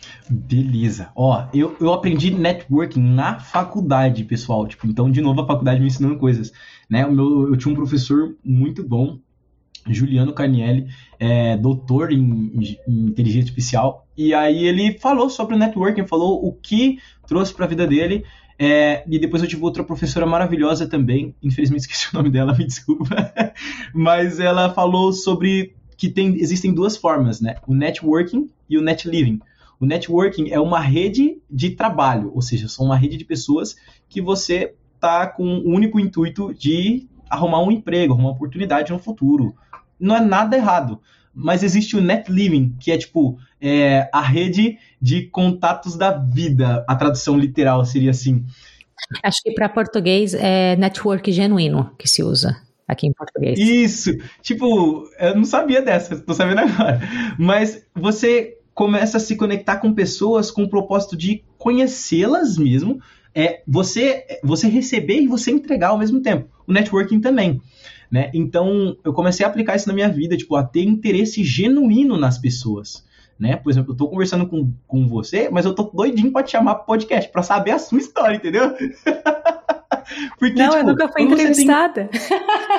Beleza. Ó, eu, eu aprendi networking na faculdade, pessoal. Tipo, então, de novo, a faculdade me ensinando coisas, né? O meu, eu tinha um professor muito bom, Juliano Carnielli, é, doutor em, em inteligência artificial, e aí ele falou sobre o networking, falou o que trouxe para a vida dele, é, e depois eu tive outra professora maravilhosa também, infelizmente esqueci o nome dela, me desculpa, mas ela falou sobre que tem, existem duas formas, né? O networking e o net living. O networking é uma rede de trabalho, ou seja, são uma rede de pessoas que você tá com o único intuito de arrumar um emprego, arrumar uma oportunidade no futuro. Não é nada errado, mas existe o net living, que é tipo é, a rede de contatos da vida. A tradução literal seria assim. Acho que para português é network genuíno que se usa aqui em português. Isso, tipo, eu não sabia dessa, tô sabendo agora. Mas você começa a se conectar com pessoas com o propósito de conhecê-las mesmo, é, você, você receber e você entregar ao mesmo tempo. O networking também. Né? Então, eu comecei a aplicar isso na minha vida, tipo, a ter interesse genuíno nas pessoas, né? Por exemplo, eu tô conversando com, com você, mas eu tô doidinho pra te chamar pro podcast, pra saber a sua história, entendeu? Porque, não, tipo, eu nunca fui entrevistada. Tem...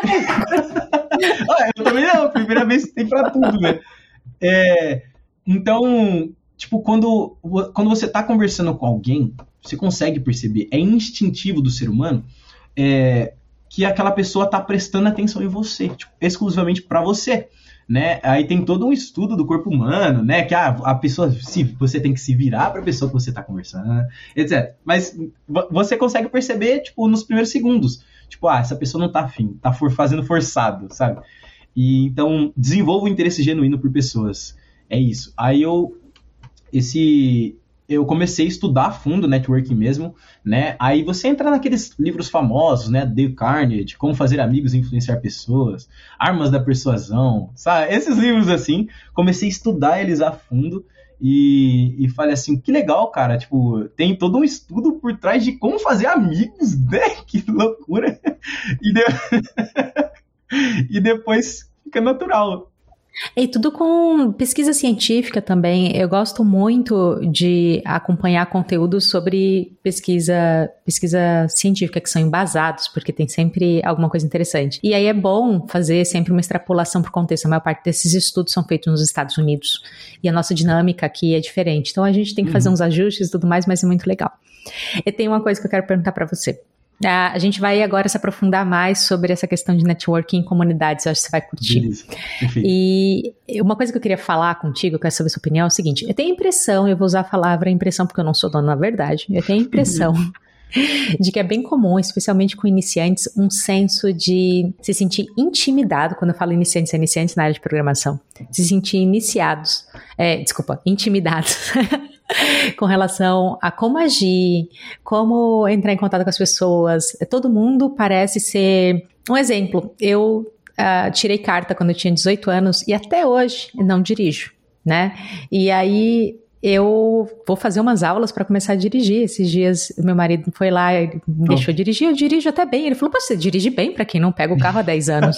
ah, eu também não, primeira vez que tem pra tudo, né? É, então, tipo, quando, quando você tá conversando com alguém, você consegue perceber, é instintivo do ser humano, é... que aquela pessoa está prestando atenção em você, tipo, exclusivamente para você, né? Aí tem todo um estudo do corpo humano, né? Que ah, a pessoa, se, você tem que se virar para a pessoa que você está conversando, etcétera. Mas você consegue perceber, tipo, nos primeiros segundos, tipo, ah, essa pessoa não tá afim, tá for, fazendo forçado, sabe? E então desenvolva o interesse genuíno por pessoas. É isso. Aí eu esse eu comecei a estudar a fundo networking mesmo, né? Aí você entra naqueles livros famosos, né? Dale Carnegie, Como Fazer Amigos e Influenciar Pessoas, Armas da Persuasão, sabe? Esses livros assim, comecei a estudar eles a fundo e, e falei assim, que legal, cara, tipo, tem todo um estudo por trás de como fazer amigos, né? Que loucura! E, de... e depois fica natural. E tudo com pesquisa científica também. Eu gosto muito de acompanhar conteúdos sobre pesquisa, pesquisa científica, que são embasados, porque tem sempre alguma coisa interessante. E aí é bom fazer sempre uma extrapolação para o contexto. A maior parte desses estudos são feitos nos Estados Unidos. E a nossa dinâmica aqui é diferente. Então a gente tem que fazer uhum. uns ajustes e tudo mais, mas é muito legal. E tem uma coisa que eu quero perguntar para você. A gente vai agora se aprofundar mais sobre essa questão de networking em comunidades, eu acho que você vai curtir. Isso. E uma coisa que eu queria falar contigo, eu quero saber a sua opinião, é o seguinte, eu tenho a impressão, eu vou usar a palavra impressão porque eu não sou dona da verdade, eu tenho a impressão de que é bem comum, especialmente com iniciantes, um senso de se sentir intimidado, quando eu falo iniciantes, é iniciantes na área de programação, se sentir iniciados, é, desculpa, intimidados, com relação a como agir, como entrar em contato com as pessoas. Todo mundo parece ser um exemplo. Eu uh, tirei carta quando eu tinha dezoito anos e até hoje não dirijo, né? E aí eu vou fazer umas aulas para começar a dirigir. Esses dias meu marido foi lá e me deixou oh. dirigir, eu dirijo até bem. Ele falou, pô, você dirige bem para quem não pega o carro há dez anos.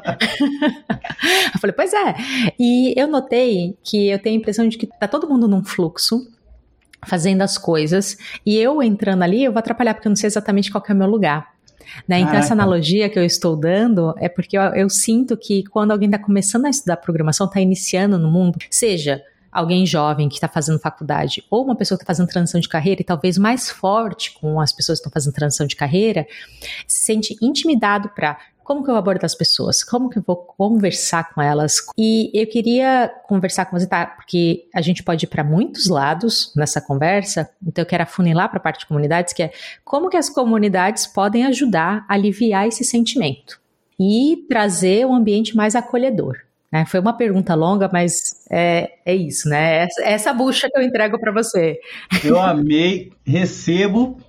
Eu falei, pois é. E eu notei que eu tenho a impressão de que tá todo mundo num fluxo, fazendo as coisas, e eu entrando ali, eu vou atrapalhar, porque eu não sei exatamente qual que é o meu lugar. Né? Então, essa analogia que eu estou dando é porque eu, eu sinto que quando alguém está começando a estudar programação, está iniciando no mundo, seja alguém jovem que está fazendo faculdade ou uma pessoa que está fazendo transição de carreira e talvez mais forte com as pessoas que estão fazendo transição de carreira, se sente intimidado para como que eu vou abordar as pessoas, como que eu vou conversar com elas. E eu queria conversar com você, tá? Porque a gente pode ir para muitos lados nessa conversa, então eu quero afunilar para a parte de comunidades, que é como que as comunidades podem ajudar a aliviar esse sentimento e trazer um ambiente mais acolhedor. É, foi uma pergunta longa, mas é, é isso, né? Essa, essa bucha que eu entrego para você. Eu amei, recebo,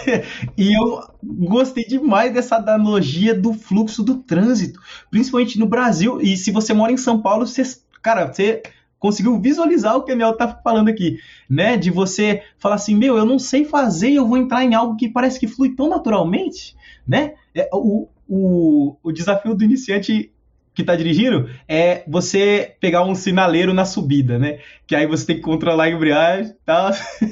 e eu gostei demais dessa analogia do fluxo do trânsito, principalmente no Brasil. E se você mora em São Paulo, você, cara, você conseguiu visualizar o que a Mel tá falando aqui, né? De você falar assim, meu, eu não sei fazer e eu vou entrar em algo que parece que flui tão naturalmente, né? É, o, o, o desafio do iniciante que tá dirigindo, é você pegar um sinaleiro na subida, né? Que aí você tem que controlar a embreagem e tal.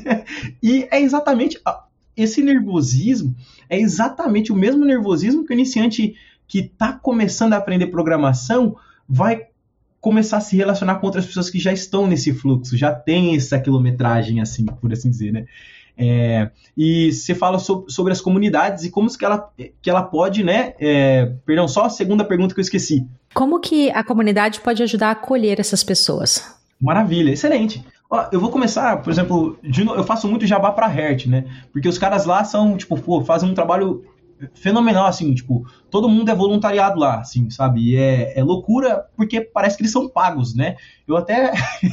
E é exatamente... Esse nervosismo é exatamente o mesmo nervosismo que o iniciante que tá começando a aprender programação vai começar a se relacionar com outras pessoas que já estão nesse fluxo, já tem essa quilometragem, assim, por assim dizer, né? É, e você fala so, sobre as comunidades e como que ela, que ela pode, né? É, perdão, só a segunda pergunta que eu esqueci. Como que a comunidade pode ajudar a acolher essas pessoas? Maravilha, excelente. Ó, eu vou começar, por exemplo, de no, eu faço muito jabá pra Hert, né? Porque os caras lá são, tipo, pô, fazem um trabalho fenomenal, assim, tipo, todo mundo é voluntariado lá, assim, sabe? E é, é loucura porque parece que eles são pagos, né? Eu até,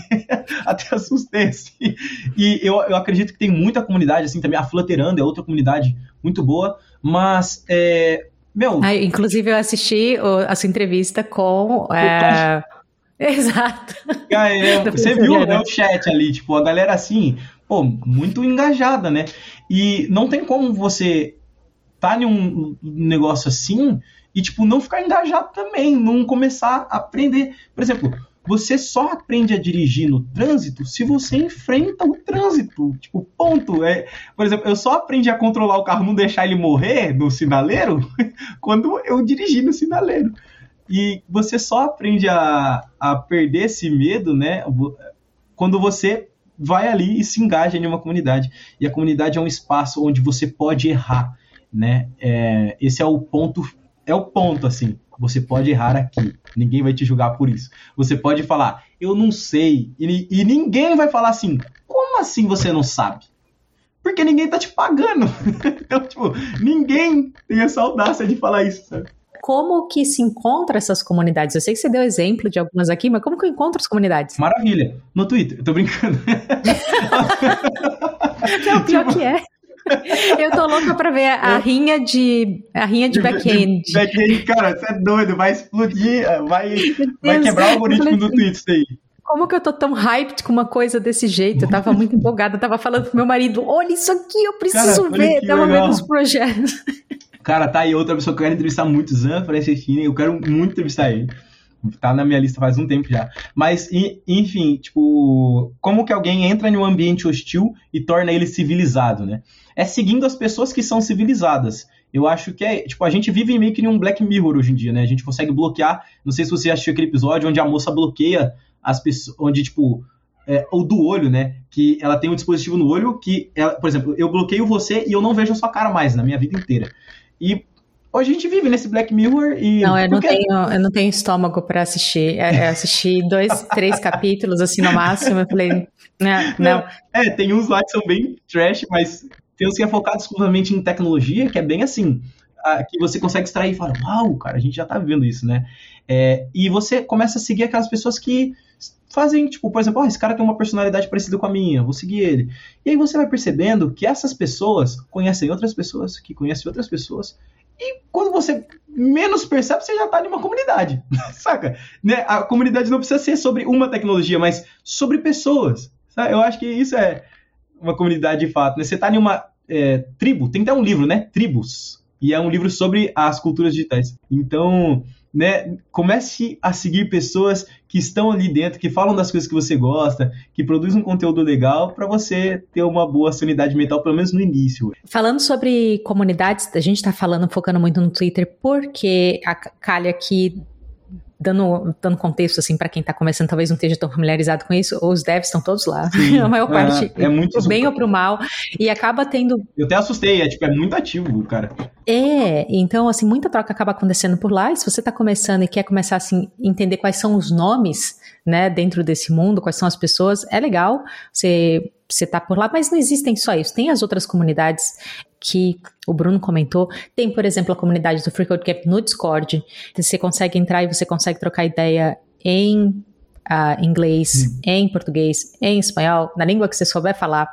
até assustei, assim. E eu, eu acredito que tem muita comunidade, assim, também. A Flutterando é outra comunidade muito boa, mas, é, meu... Ah, inclusive, eu assisti o, a sua entrevista com... É... Exato. Cara, é, você viu, né, o chat ali, tipo, a galera, assim, pô, muito engajada, né? E não tem como você... tá em um negócio assim e, tipo, não ficar engajado também, não começar a aprender. Por exemplo, você só aprende a dirigir no trânsito se você enfrenta o trânsito. Tipo, ponto. É, por exemplo, eu só aprendi a controlar o carro, não deixar ele morrer no sinaleiro quando eu dirigi no sinaleiro. E você só aprende a, a perder esse medo, né, quando você vai ali e se engaja em uma comunidade. E a comunidade é um espaço onde você pode errar. Né? É, esse é o ponto, é o ponto, assim, você pode errar aqui, ninguém vai te julgar por isso. Você pode falar, eu não sei, e, e ninguém vai falar assim, como assim você não sabe? Porque ninguém tá te pagando. Então, tipo, ninguém tem essa audácia de falar isso, sabe? Como que se encontra essas comunidades? Eu sei que você deu exemplo de algumas aqui, mas como que eu encontro as comunidades? Maravilha, no Twitter, eu tô brincando. Não, pior tipo... que é. Eu tô louca pra ver a, a rinha de a rinha de back-end. Back-end, cara, você é doido, vai explodir, vai, vai quebrar o algoritmo do Twitter isso aí. Como que eu tô tão hyped com uma coisa desse jeito? Eu tava muito empolgada, eu tava falando pro meu marido, olha isso aqui, eu preciso cara, ver, tava vendo os projetos. Cara, tá aí outra pessoa que eu quero entrevistar muito, Zan Francescini, eu quero muito entrevistar ele. Tá na minha lista faz um tempo já. Mas, enfim, tipo, como que alguém entra em um ambiente hostil e torna ele civilizado, né? É seguindo as pessoas que são civilizadas. Eu acho que é, tipo, a gente vive meio que em um Black Mirror hoje em dia, né? A gente consegue bloquear, não sei se você assistiu aquele episódio onde a moça bloqueia as pessoas, onde, tipo, é, ou do olho, né? Que ela tem um dispositivo no olho que, ela, por exemplo, eu bloqueio você e eu não vejo a sua cara mais na minha vida inteira. E hoje a gente vive nesse Black Mirror e... Não, eu não, Porque... tenho, eu não tenho estômago para assistir. Eu assisti dois, três capítulos, assim, no máximo. Eu falei, não, não. É, tem uns lá que são bem trash, mas tem uns que é focado exclusivamente em tecnologia, que é bem assim, que você consegue extrair e falar, uau, cara, a gente já tá vivendo isso, né? É, e você começa a seguir aquelas pessoas que fazem, tipo, por exemplo, oh, esse cara tem uma personalidade parecida com a minha, vou seguir ele. E aí você vai percebendo que essas pessoas conhecem outras pessoas, que conhecem outras pessoas, e quando você menos percebe, você já está em uma comunidade, saca? Né? A comunidade não precisa ser sobre uma tecnologia, mas sobre pessoas, sabe? Eu acho que isso é uma comunidade de fato, né? Você está em uma é, tribo, tem até um livro, né? Tribos, e é um livro sobre as culturas digitais. Então, né, comece a seguir pessoas que estão ali dentro, que falam das coisas que você gosta, que produzem um conteúdo legal para você ter uma boa sanidade mental, pelo menos no início. Falando sobre comunidades, a gente está falando, focando muito no Twitter, porque a calha aqui, dando, dando contexto assim para quem está começando, talvez não esteja tão familiarizado com isso, os devs estão todos lá, sim, a maior parte, é, é muito pro bem ou pro mal, e acaba tendo... Eu até assustei, é, tipo, é muito ativo, cara. É, então assim, muita troca acaba acontecendo por lá, e se você está começando e quer começar assim, entender quais são os nomes, né, dentro desse mundo, quais são as pessoas, é legal você você tá por lá, mas não existem só isso, tem as outras comunidades que o Bruno comentou, tem, por exemplo, a comunidade do Free Code Camp no Discord, você consegue entrar e você consegue trocar ideia em uh, inglês, hum. em português, em espanhol, na língua que você souber falar,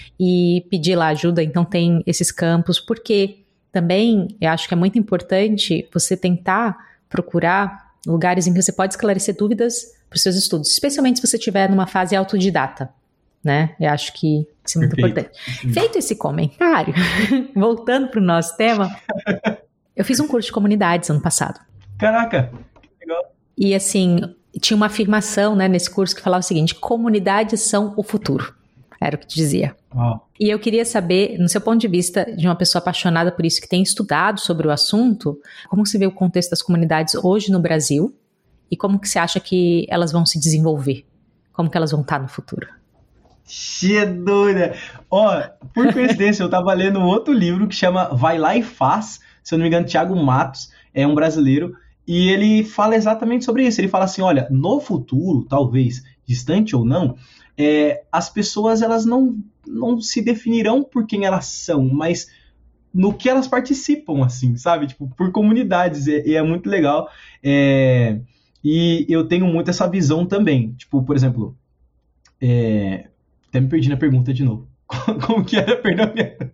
e pedir lá ajuda, então tem esses campos, porque também eu acho que é muito importante você tentar procurar lugares em que você pode esclarecer dúvidas para os seus estudos, especialmente se você estiver numa fase autodidata, né? Eu acho que isso é muito Perfeito. importante. Feito esse comentário, voltando para o nosso tema, eu fiz um curso de comunidades ano passado. Caraca, que legal. e assim, tinha uma afirmação, né, nesse curso que falava o seguinte: comunidades são o futuro. Era o que dizia. Oh. E eu queria saber, no seu ponto de vista, de uma pessoa apaixonada por isso, que tem estudado sobre o assunto, como você vê o contexto das comunidades hoje no Brasil e como que você acha que elas vão se desenvolver? Como que elas vão estar no futuro? Che doida! Ó, por coincidência, eu tava lendo outro livro que chama Vai Lá e Faz, se eu não me engano, Thiago Matos, é um brasileiro, e ele fala exatamente sobre isso. Ele fala assim, olha, no futuro, talvez distante ou não, é, as pessoas elas não, não se definirão por quem elas são, mas no que elas participam, assim, sabe? Tipo, por comunidades, e, e é muito legal. É, e eu tenho muito essa visão também. Tipo, por exemplo, é, até me perdi na pergunta de novo. Como que era? Perdão.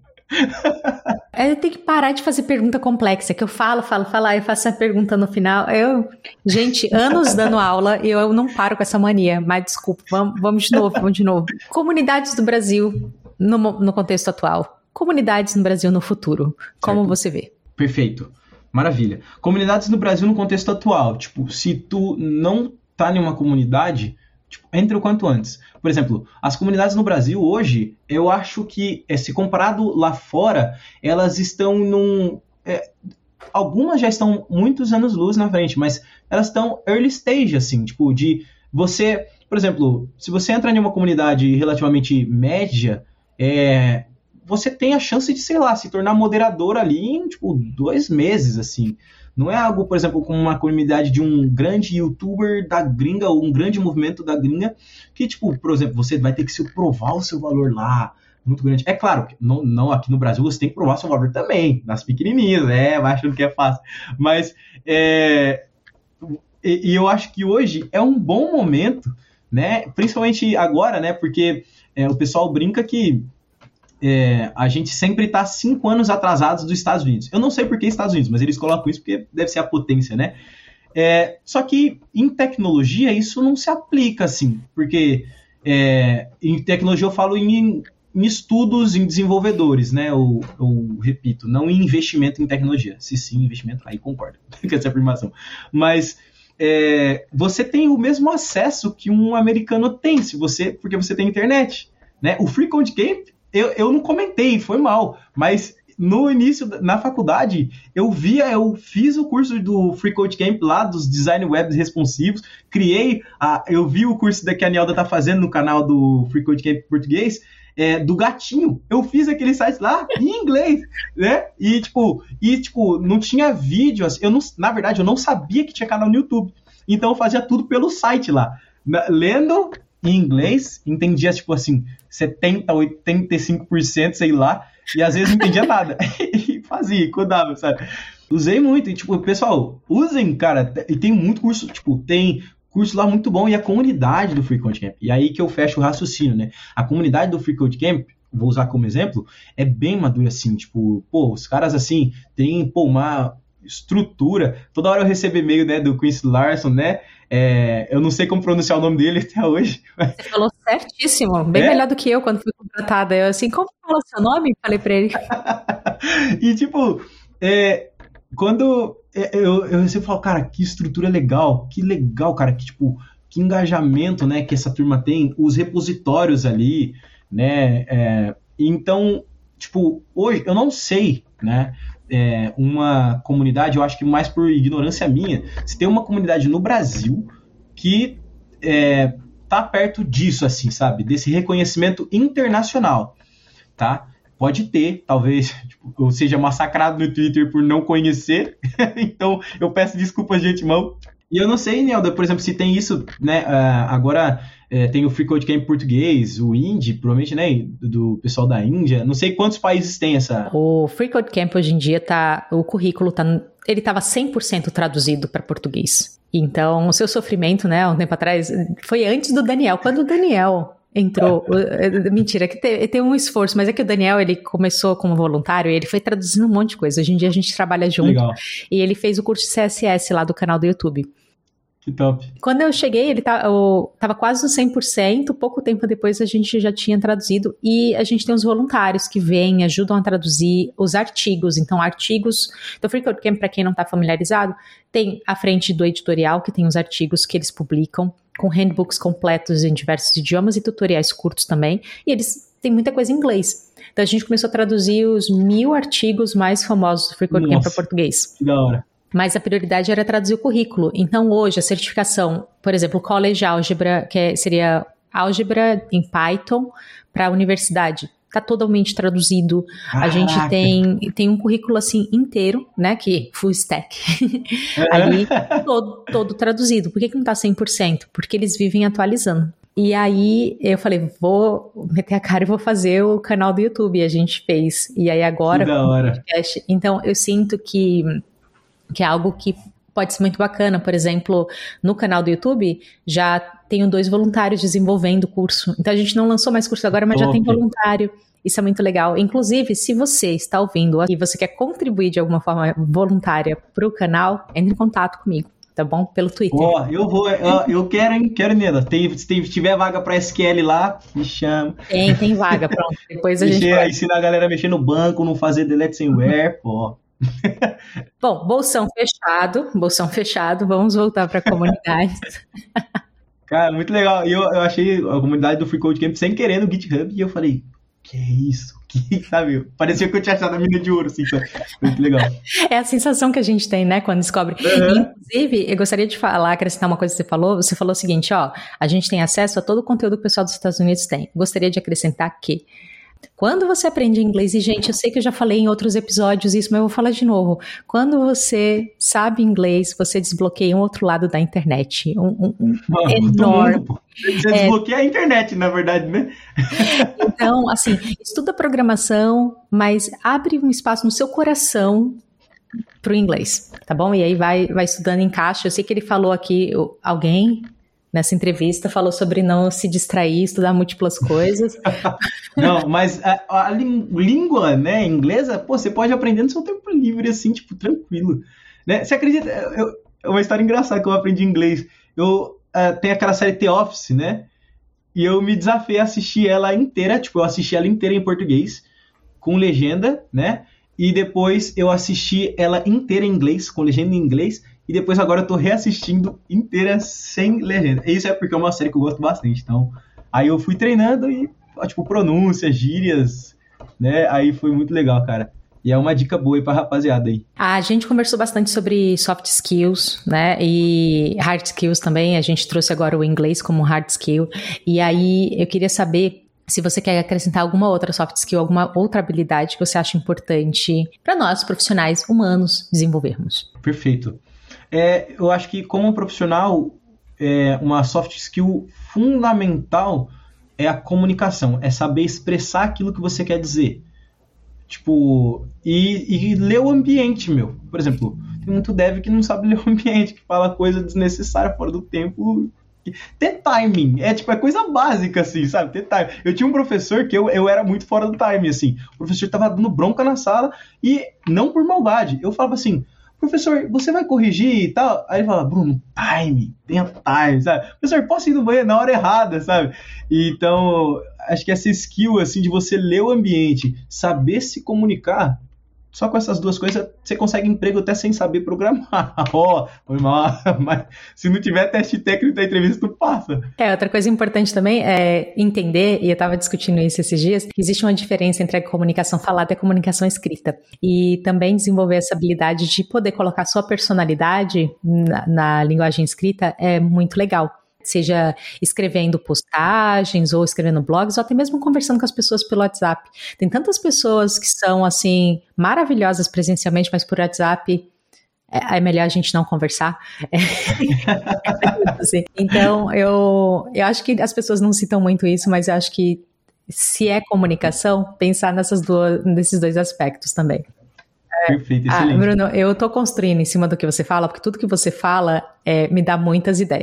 Eu tenho que parar de fazer pergunta complexa, que eu falo, falo, falo, aí eu faço a pergunta no final. Eu, gente, anos dando aula e eu não paro com essa mania, mas desculpa, vamos, vamos de novo, vamos de novo. Comunidades do Brasil no, no contexto atual. Comunidades no Brasil no futuro. Como certo. Você vê? Perfeito. Maravilha. Comunidades no Brasil no contexto atual. Tipo, se tu não tá em uma comunidade, tipo, entre o quanto antes. Por exemplo, as comunidades no Brasil hoje, eu acho que, é, se comparado lá fora, elas estão num... É, algumas já estão muitos anos-luz na frente, mas elas estão early stage, assim, tipo, de você... Por exemplo, se você entra em uma comunidade relativamente média, é, você tem a chance de, sei lá, se tornar moderador ali em, tipo, dois meses, assim. Não é algo, por exemplo, como uma comunidade de um grande youtuber da gringa ou um grande movimento da gringa que, tipo, por exemplo, você vai ter que se provar o seu valor lá, muito grande. É claro, que não, não aqui no Brasil você tem que provar seu valor também, nas pequenininhas, é, vai achando que é fácil. Mas, é, e, e eu acho que hoje é um bom momento, né, principalmente agora, né, porque é, o pessoal brinca que É, a gente sempre está cinco anos atrasados dos Estados Unidos. Eu não sei por que Estados Unidos, mas eles colocam isso porque deve ser a potência, né? É, só que em tecnologia isso não se aplica assim, porque é, em tecnologia eu falo em, em estudos em desenvolvedores, né? Eu, eu repito, não em investimento em tecnologia. Se sim, investimento, aí concordo com essa afirmação. Mas é, você tem o mesmo acesso que um americano tem, se você, porque você tem internet, né? O Free Code Camp, Eu, eu não comentei, foi mal, mas no início, na faculdade, eu via, eu fiz o curso do Free Code Camp lá, dos design web responsivos, criei, a, eu vi o curso que a Nielda tá fazendo no canal do Free Code Camp português, é, do gatinho, eu fiz aquele site lá em inglês, né, e tipo, e, tipo não tinha vídeo, assim, eu não, na verdade, eu não sabia que tinha canal no YouTube, então eu fazia tudo pelo site lá, na, lendo em inglês, entendia, tipo assim, setenta, oitenta e cinco por cento, sei lá, e às vezes não entendia nada. E fazia, codava, sabe? Usei muito, e tipo, pessoal, usem, cara, e tem muito curso, tipo, tem curso lá muito bom, e a comunidade do Free Code Camp, e aí que eu fecho o raciocínio, né? A comunidade do Free Code Camp, vou usar como exemplo, é bem madura, assim, tipo, pô, os caras, assim, tem, pô, uma estrutura, toda hora eu recebo e-mail, né, do Quincy Larson, né, é, eu não sei como pronunciar o nome dele até hoje. Mas... Você falou certíssimo, bem é? Melhor do que eu quando fui contratada, eu assim, como fala o seu nome? Falei pra ele. E tipo, é, quando eu, eu recebo, falo, cara, que estrutura legal, que legal, cara, que tipo, que engajamento, né, que essa turma tem, os repositórios ali, né, é, então, tipo, hoje, eu não sei, né, É, uma comunidade, eu acho que mais por ignorância minha, se tem uma comunidade no Brasil que é, tá perto disso, assim, sabe? Desse reconhecimento internacional, tá? Pode ter, talvez tipo, eu seja massacrado no Twitter por não conhecer, então eu peço desculpas de antemão. E eu não sei, Nelda, por exemplo, se tem isso, né, uh, agora uh, tem o Free Code Camp português, o Indie, provavelmente, né, do pessoal da Índia, não sei quantos países tem essa... O Free Code Camp hoje em dia tá, o currículo tá, ele estava cem por cento traduzido para português. Então, o seu sofrimento, né, um tempo atrás, foi antes do Daniel, quando o Daniel... entrou, mentira, que tem, tem um esforço, mas é que o Daniel, ele começou como voluntário e ele foi traduzindo um monte de coisa. Hoje em dia a gente trabalha junto. Legal. E ele fez o curso de C S S lá do canal do YouTube. Que top. Quando eu cheguei, ele tá, eu, tava quase no cem por cento, pouco tempo depois a gente já tinha traduzido, e a gente tem os voluntários que vêm, ajudam a traduzir os artigos. Então, artigos do Free Code Camp, para quem não está familiarizado, tem a frente do editorial, que tem os artigos que eles publicam, com handbooks completos em diversos idiomas e tutoriais curtos também, e eles têm muita coisa em inglês. Então a gente começou a traduzir os mil artigos mais famosos do Free Code Camp para português. Que da hora. Mas a prioridade era traduzir o currículo. Então hoje a certificação, por exemplo, College Álgebra, que é, seria álgebra em Python para a universidade, está totalmente traduzido. Caraca. A gente tem, tem um currículo assim inteiro, né, que full stack, ali todo, todo traduzido. Por que, que não está cem por cento? Porque eles vivem atualizando. E aí eu falei, vou meter a cara e vou fazer o canal do YouTube. E a gente fez. E aí agora... Que da hora. Então eu sinto que, que é algo que pode ser muito bacana. Por exemplo, no canal do YouTube já tenho dois voluntários desenvolvendo o curso. Então a gente não lançou mais curso agora, mas Top. Já tem voluntário. Isso é muito legal. Inclusive, se você está ouvindo e você quer contribuir de alguma forma voluntária para o canal, entre em contato comigo, tá bom? Pelo Twitter. Ó, oh, eu vou, eu, eu quero, hein? Quero, Neda. Tem, se tiver vaga para S Q L lá, me chama. Tem, tem vaga, pronto. Depois a Mexer, gente vai ensinar a galera a mexer no banco, não fazer delete sem where, pô. Bom, bolsão fechado, bolsão fechado, vamos voltar para a comunidade. Cara, muito legal. E eu, eu achei a comunidade do Free Code Camp sem querer no GitHub e eu falei, que é isso? Que, sabe? Parecia que eu tinha achado a mina de ouro, assim, sabe? Muito legal. É a sensação que a gente tem, né, quando descobre. Uhum. Inclusive, eu gostaria de falar, acrescentar uma coisa que você falou. Você falou o seguinte, ó, a gente tem acesso a todo o conteúdo que o pessoal dos Estados Unidos tem. Gostaria de acrescentar que quando você aprende inglês, e gente, eu sei que eu já falei em outros episódios isso, mas eu vou falar de novo. Quando você sabe inglês, você desbloqueia um outro lado da internet. Um, um, um Mano, enorme. Mundo, você é, desbloqueia a internet, na verdade, né? Então, assim, estuda programação, mas abre um espaço no seu coração pro inglês, tá bom? E aí vai, vai estudando em caixa. Eu sei que ele falou aqui, alguém... nessa entrevista, falou sobre não se distrair, estudar múltiplas coisas. Não, mas a, a língua, né, inglesa, pô, você pode aprender no seu tempo livre, assim, tipo, tranquilo. Né? Você acredita? Eu, é uma história engraçada que eu aprendi inglês. Eu uh, tenho aquela série The Office, né? E eu me desafiei a assistir ela inteira, tipo, eu assisti ela inteira em português, com legenda, né? E depois eu assisti ela inteira em inglês, com legenda em inglês, e depois agora eu tô reassistindo inteira sem legenda. Isso é porque é uma série que eu gosto bastante. Então, aí eu fui treinando e, tipo, pronúncias, gírias, né? Aí foi muito legal, cara. E é uma dica boa aí pra rapaziada aí. A gente conversou bastante sobre soft skills, né? E hard skills também. A gente trouxe agora o inglês como hard skill. E aí eu queria saber se você quer acrescentar alguma outra soft skill, alguma outra habilidade que você acha importante para nós, profissionais humanos, desenvolvermos. Perfeito. É, eu acho que como profissional, é, uma soft skill fundamental é a comunicação, é saber expressar aquilo que você quer dizer. Tipo, e, e ler o ambiente, meu. Por exemplo, tem muito dev que não sabe ler o ambiente, que fala coisa desnecessária, fora do tempo. Ter timing, é tipo, é coisa básica, assim, sabe? Ter timing. Eu tinha um professor que eu, eu era muito fora do timing, assim. O professor tava dando bronca na sala e não por maldade. Eu falava assim, professor, você vai corrigir e tal? Aí ele fala, Bruno, time, tenha time, sabe? Professor, posso ir no banheiro na hora errada, sabe? Então, acho que essa skill, assim, de você ler o ambiente, saber se comunicar, só com essas duas coisas você consegue emprego até sem saber programar. Ó, oh, foi mal, mas se não tiver teste técnico da entrevista, tu passa. É, outra coisa importante também é entender, e eu estava discutindo isso esses dias, que existe uma diferença entre a comunicação falada e a comunicação escrita. E também desenvolver essa habilidade de poder colocar sua personalidade na, na linguagem escrita é muito legal. Seja escrevendo postagens ou escrevendo blogs ou até mesmo conversando com as pessoas pelo WhatsApp. Tem tantas pessoas que são, assim, maravilhosas presencialmente, mas por WhatsApp é, é melhor a gente não conversar. É. Assim, então, eu, eu acho que as pessoas não citam muito isso, mas eu acho que se é comunicação, pensar nessas duas, nesses dois aspectos também. Perfeito, excelente. Ah, Bruno, eu tô construindo em cima do que você fala, porque tudo que você fala é, me dá muitas ideias,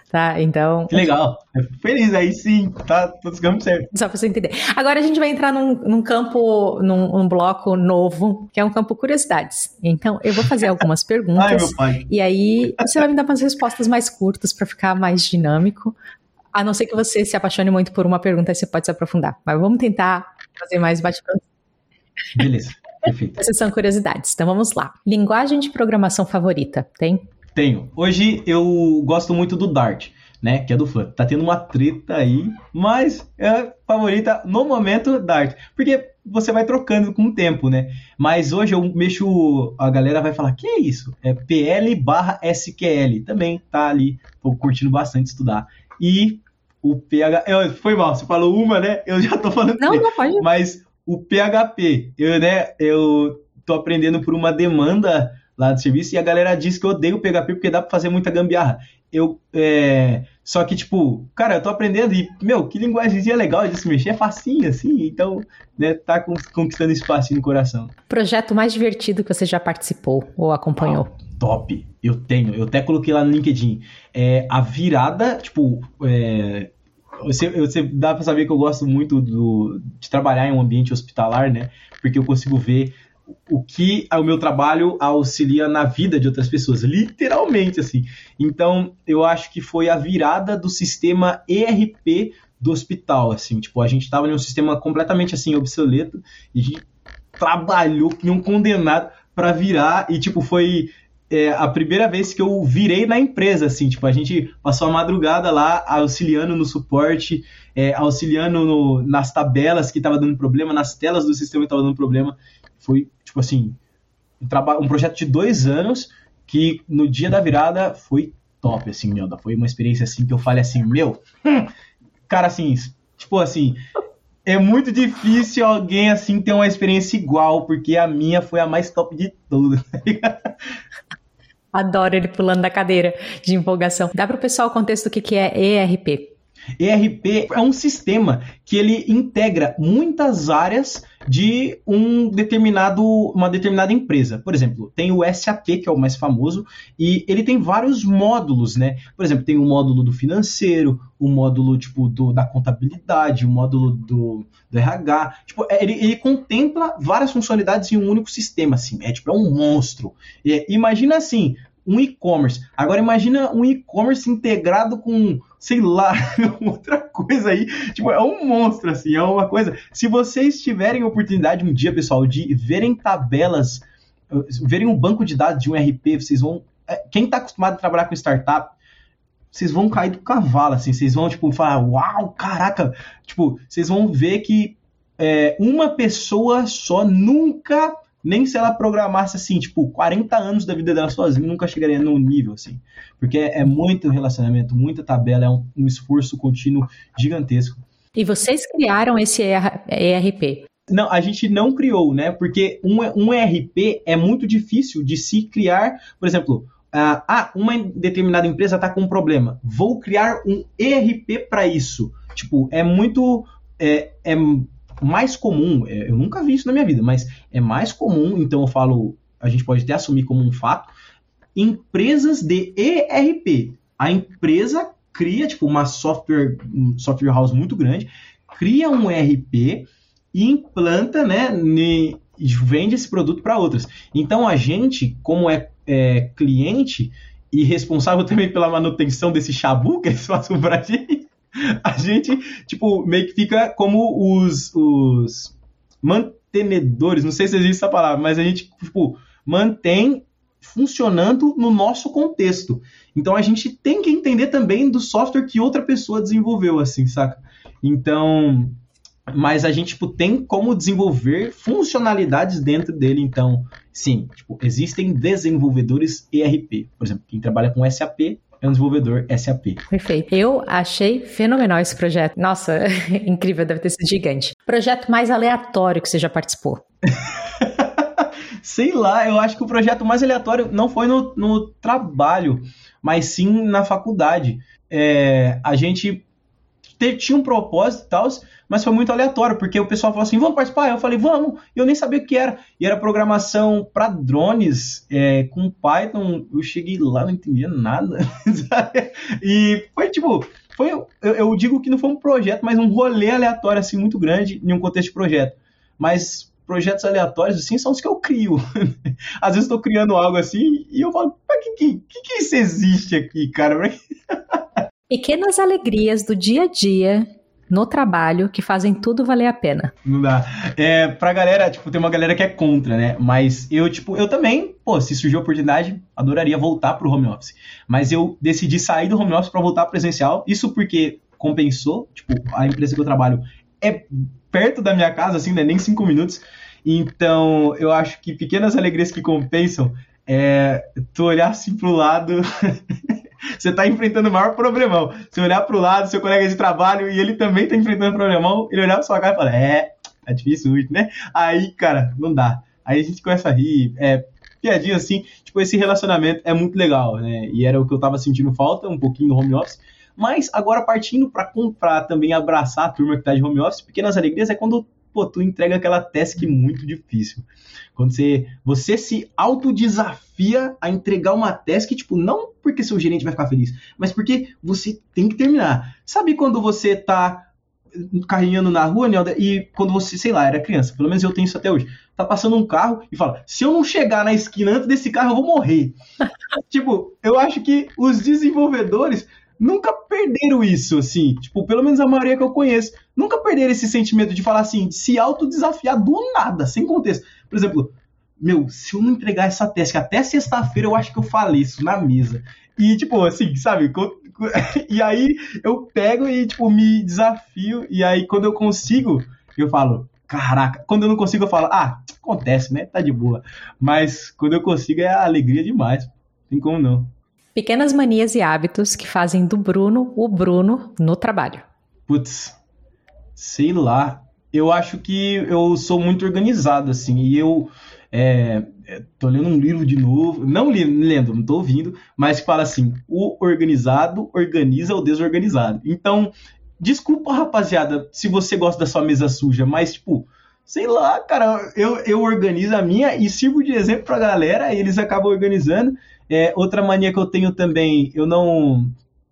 tá? Então... Que legal. Eu fico feliz, aí sim, tá todos os campos certo. Só pra você entender. Agora a gente vai entrar num, num campo, num, num bloco novo, que é um campo curiosidades. Então, eu vou fazer algumas perguntas. Ai, meu pai. E aí, você vai me dar umas respostas mais curtas pra ficar mais dinâmico. A não ser que você se apaixone muito por uma pergunta, aí você pode se aprofundar. Mas vamos tentar fazer mais bate-papo. Beleza, perfeito. Essas são curiosidades. Então, vamos lá. Linguagem de programação favorita, tem? Tenho. Hoje eu gosto muito do Dart, né? Que é do Flutter. Tá tendo uma treta aí, mas é a favorita no momento, Dart. Porque você vai trocando com o tempo, né? Mas hoje eu mexo, a galera vai falar, que é isso? É P L barra S Q L. Também tá ali, tô curtindo bastante estudar. E o P H P, eu, foi mal, você falou uma, né? Eu já tô falando. Não, não pode. Mas o P H P, eu, né, eu tô aprendendo por uma demanda lá do serviço, e a galera diz que eu odeio o P H P porque dá pra fazer muita gambiarra. Eu, é... Só que, tipo, cara, eu tô aprendendo e, meu, que linguagemzinha legal de se mexer, é facinho, assim, então, né, tá conquistando espaço no coração. Projeto mais divertido que você já participou ou acompanhou? Ah, top, eu tenho, eu até coloquei lá no LinkedIn. É, a virada, tipo, é... Você, você dá pra saber que eu gosto muito do, de trabalhar em um ambiente hospitalar, né, porque eu consigo ver o que o meu trabalho auxilia na vida de outras pessoas, literalmente, assim. Então, eu acho que foi a virada do sistema E R P do hospital, assim. Tipo, a gente estava em um sistema completamente, assim, obsoleto, e a gente trabalhou que nem um condenado para virar, e, tipo, foi é, a primeira vez que eu virei na empresa, assim. Tipo, a gente passou a madrugada lá, auxiliando no suporte, é, auxiliando no, nas tabelas que estava dando problema, nas telas do sistema que estava dando problema. Foi, tipo assim, um, traba- um projeto de dois anos que no dia da virada foi top, assim, meu. Foi uma experiência, assim, que eu falei assim, meu, hum, cara, assim, tipo assim, é muito difícil alguém, assim, ter uma experiência igual, porque a minha foi a mais top de todas. Adoro ele pulando da cadeira de empolgação. Dá para o pessoal o contexto do que, que é E R P. E R P é um sistema que ele integra muitas áreas de um determinado, uma determinada empresa. Por exemplo, tem o S A P, que é o mais famoso, e ele tem vários módulos, né? Por exemplo, tem o módulo do financeiro, o módulo tipo, do, da contabilidade, o módulo do, do R H. Tipo, ele, ele contempla várias funcionalidades em um único sistema, assim. É tipo, é um monstro. E, imagina assim, um e-commerce. Agora imagina um e-commerce integrado com, sei lá, outra coisa aí. Tipo, é um monstro, assim, é uma coisa. Se vocês tiverem oportunidade um dia, pessoal, de verem tabelas, verem um banco de dados de um E R P, vocês vão... Quem está acostumado a trabalhar com startup, vocês vão cair do cavalo, assim. Vocês vão, tipo, falar, uau, caraca. Tipo, vocês vão ver que é, uma pessoa só nunca... Nem se ela programasse, assim, tipo, quarenta anos da vida dela sozinha, nunca chegaria num nível, assim. Porque é muito relacionamento, muita tabela, é um, um esforço contínuo gigantesco. E vocês criaram esse E R P? Não, a gente não criou, né? Porque um, um E R P é muito difícil de se criar. Por exemplo, uh, ah, uma determinada empresa está com um problema. Vou criar um E R P para isso. Tipo, é muito... É, é, mais comum, eu nunca vi isso na minha vida, mas é mais comum, então eu falo, a gente pode até assumir como um fato, empresas de E R P. A empresa cria, tipo, uma software, um software house muito grande, cria um E R P e implanta, né, e vende esse produto para outras. Então a gente, como é, é cliente e responsável também pela manutenção desse chabu que eles façam pra gente, a gente, tipo, meio que fica como os, os mantenedores, não sei se existe essa palavra, mas a gente, tipo, mantém funcionando no nosso contexto. Então a gente tem que entender também do software que outra pessoa desenvolveu, assim, saca? Então, mas a gente, tipo, tem como desenvolver funcionalidades dentro dele, então, sim, tipo, existem desenvolvedores E R P. Por exemplo, quem trabalha com S A P é um desenvolvedor S A P. Perfeito. Eu achei fenomenal esse projeto. Nossa, incrível, deve ter sido gigante. Projeto mais aleatório que você já participou? Sei lá, eu acho que o projeto mais aleatório não foi no, no trabalho, mas sim na faculdade. É, a gente tinha um propósito e tal, mas foi muito aleatório, porque o pessoal falou assim, vamos participar? Eu falei, vamos, e eu nem sabia o que era. E era programação para drones, é, com Python, eu cheguei lá, não entendia nada, sabe? E foi tipo, foi, eu, eu digo que não foi um projeto, mas um rolê aleatório, assim, muito grande, em um contexto de projeto. Mas projetos aleatórios, assim, são os que eu crio. Às vezes eu tô criando algo assim, e eu falo, pra que que, que, que isso existe aqui, cara? Pequenas alegrias do dia a dia no trabalho que fazem tudo valer a pena. Não dá. É, pra galera, tipo, tem uma galera que é contra, né? Mas eu, tipo, eu também, pô, se surgir a oportunidade, adoraria voltar pro home office. Mas eu decidi sair do home office pra voltar presencial. Isso porque compensou, tipo, a empresa que eu trabalho é perto da minha casa, assim, né? Nem cinco minutos. Então, eu acho que pequenas alegrias que compensam é tu olhar assim pro lado... Você tá enfrentando o maior problemão. Você olhar pro lado, seu colega de trabalho, e ele também tá enfrentando um problemão, ele olhar pra sua cara e falar, é, é difícil hoje, né? Aí, cara, não dá. Aí a gente começa a rir, é, piadinha assim, tipo, esse relacionamento é muito legal, né? E era o que eu tava sentindo falta, um pouquinho no home office. Mas agora partindo pra comprar, também abraçar a turma que tá de home office, pequenas alegrias é quando, pô, tu entrega aquela task muito difícil. Quando você, você se autodesafia a entregar uma task, tipo, não porque seu gerente vai ficar feliz, mas porque você tem que terminar. Sabe quando você tá caminhando na rua, Nelda, e quando você, sei lá, era criança, pelo menos eu tenho isso até hoje, tá passando um carro e fala, se eu não chegar na esquina antes desse carro, eu vou morrer. Tipo, eu acho que os desenvolvedores nunca perderam isso, assim, tipo, pelo menos a maioria que eu conheço, nunca perderam esse sentimento de falar assim, de se autodesafiar do nada, sem contexto. Por exemplo, meu, se eu não entregar essa task até sexta-feira, eu acho que eu faleço na mesa. E, tipo, assim, sabe? E aí eu pego e, tipo, me desafio, e aí quando eu consigo, eu falo, caraca. Quando eu não consigo, eu falo, ah, acontece, né? Tá de boa. Mas quando eu consigo, é alegria demais. Não tem como não. Pequenas manias e hábitos que fazem do Bruno o Bruno no trabalho. Putz, sei lá. Eu acho que eu sou muito organizado, assim, e eu é, tô lendo um livro de novo, não li, lendo, não tô ouvindo, mas que fala assim, o organizado organiza o desorganizado. Então, desculpa, rapaziada, se você gosta da sua mesa suja, mas, tipo, sei lá, cara, eu, eu organizo a minha e sirvo de exemplo pra galera, e eles acabam organizando. É, outra mania que eu tenho também, eu não...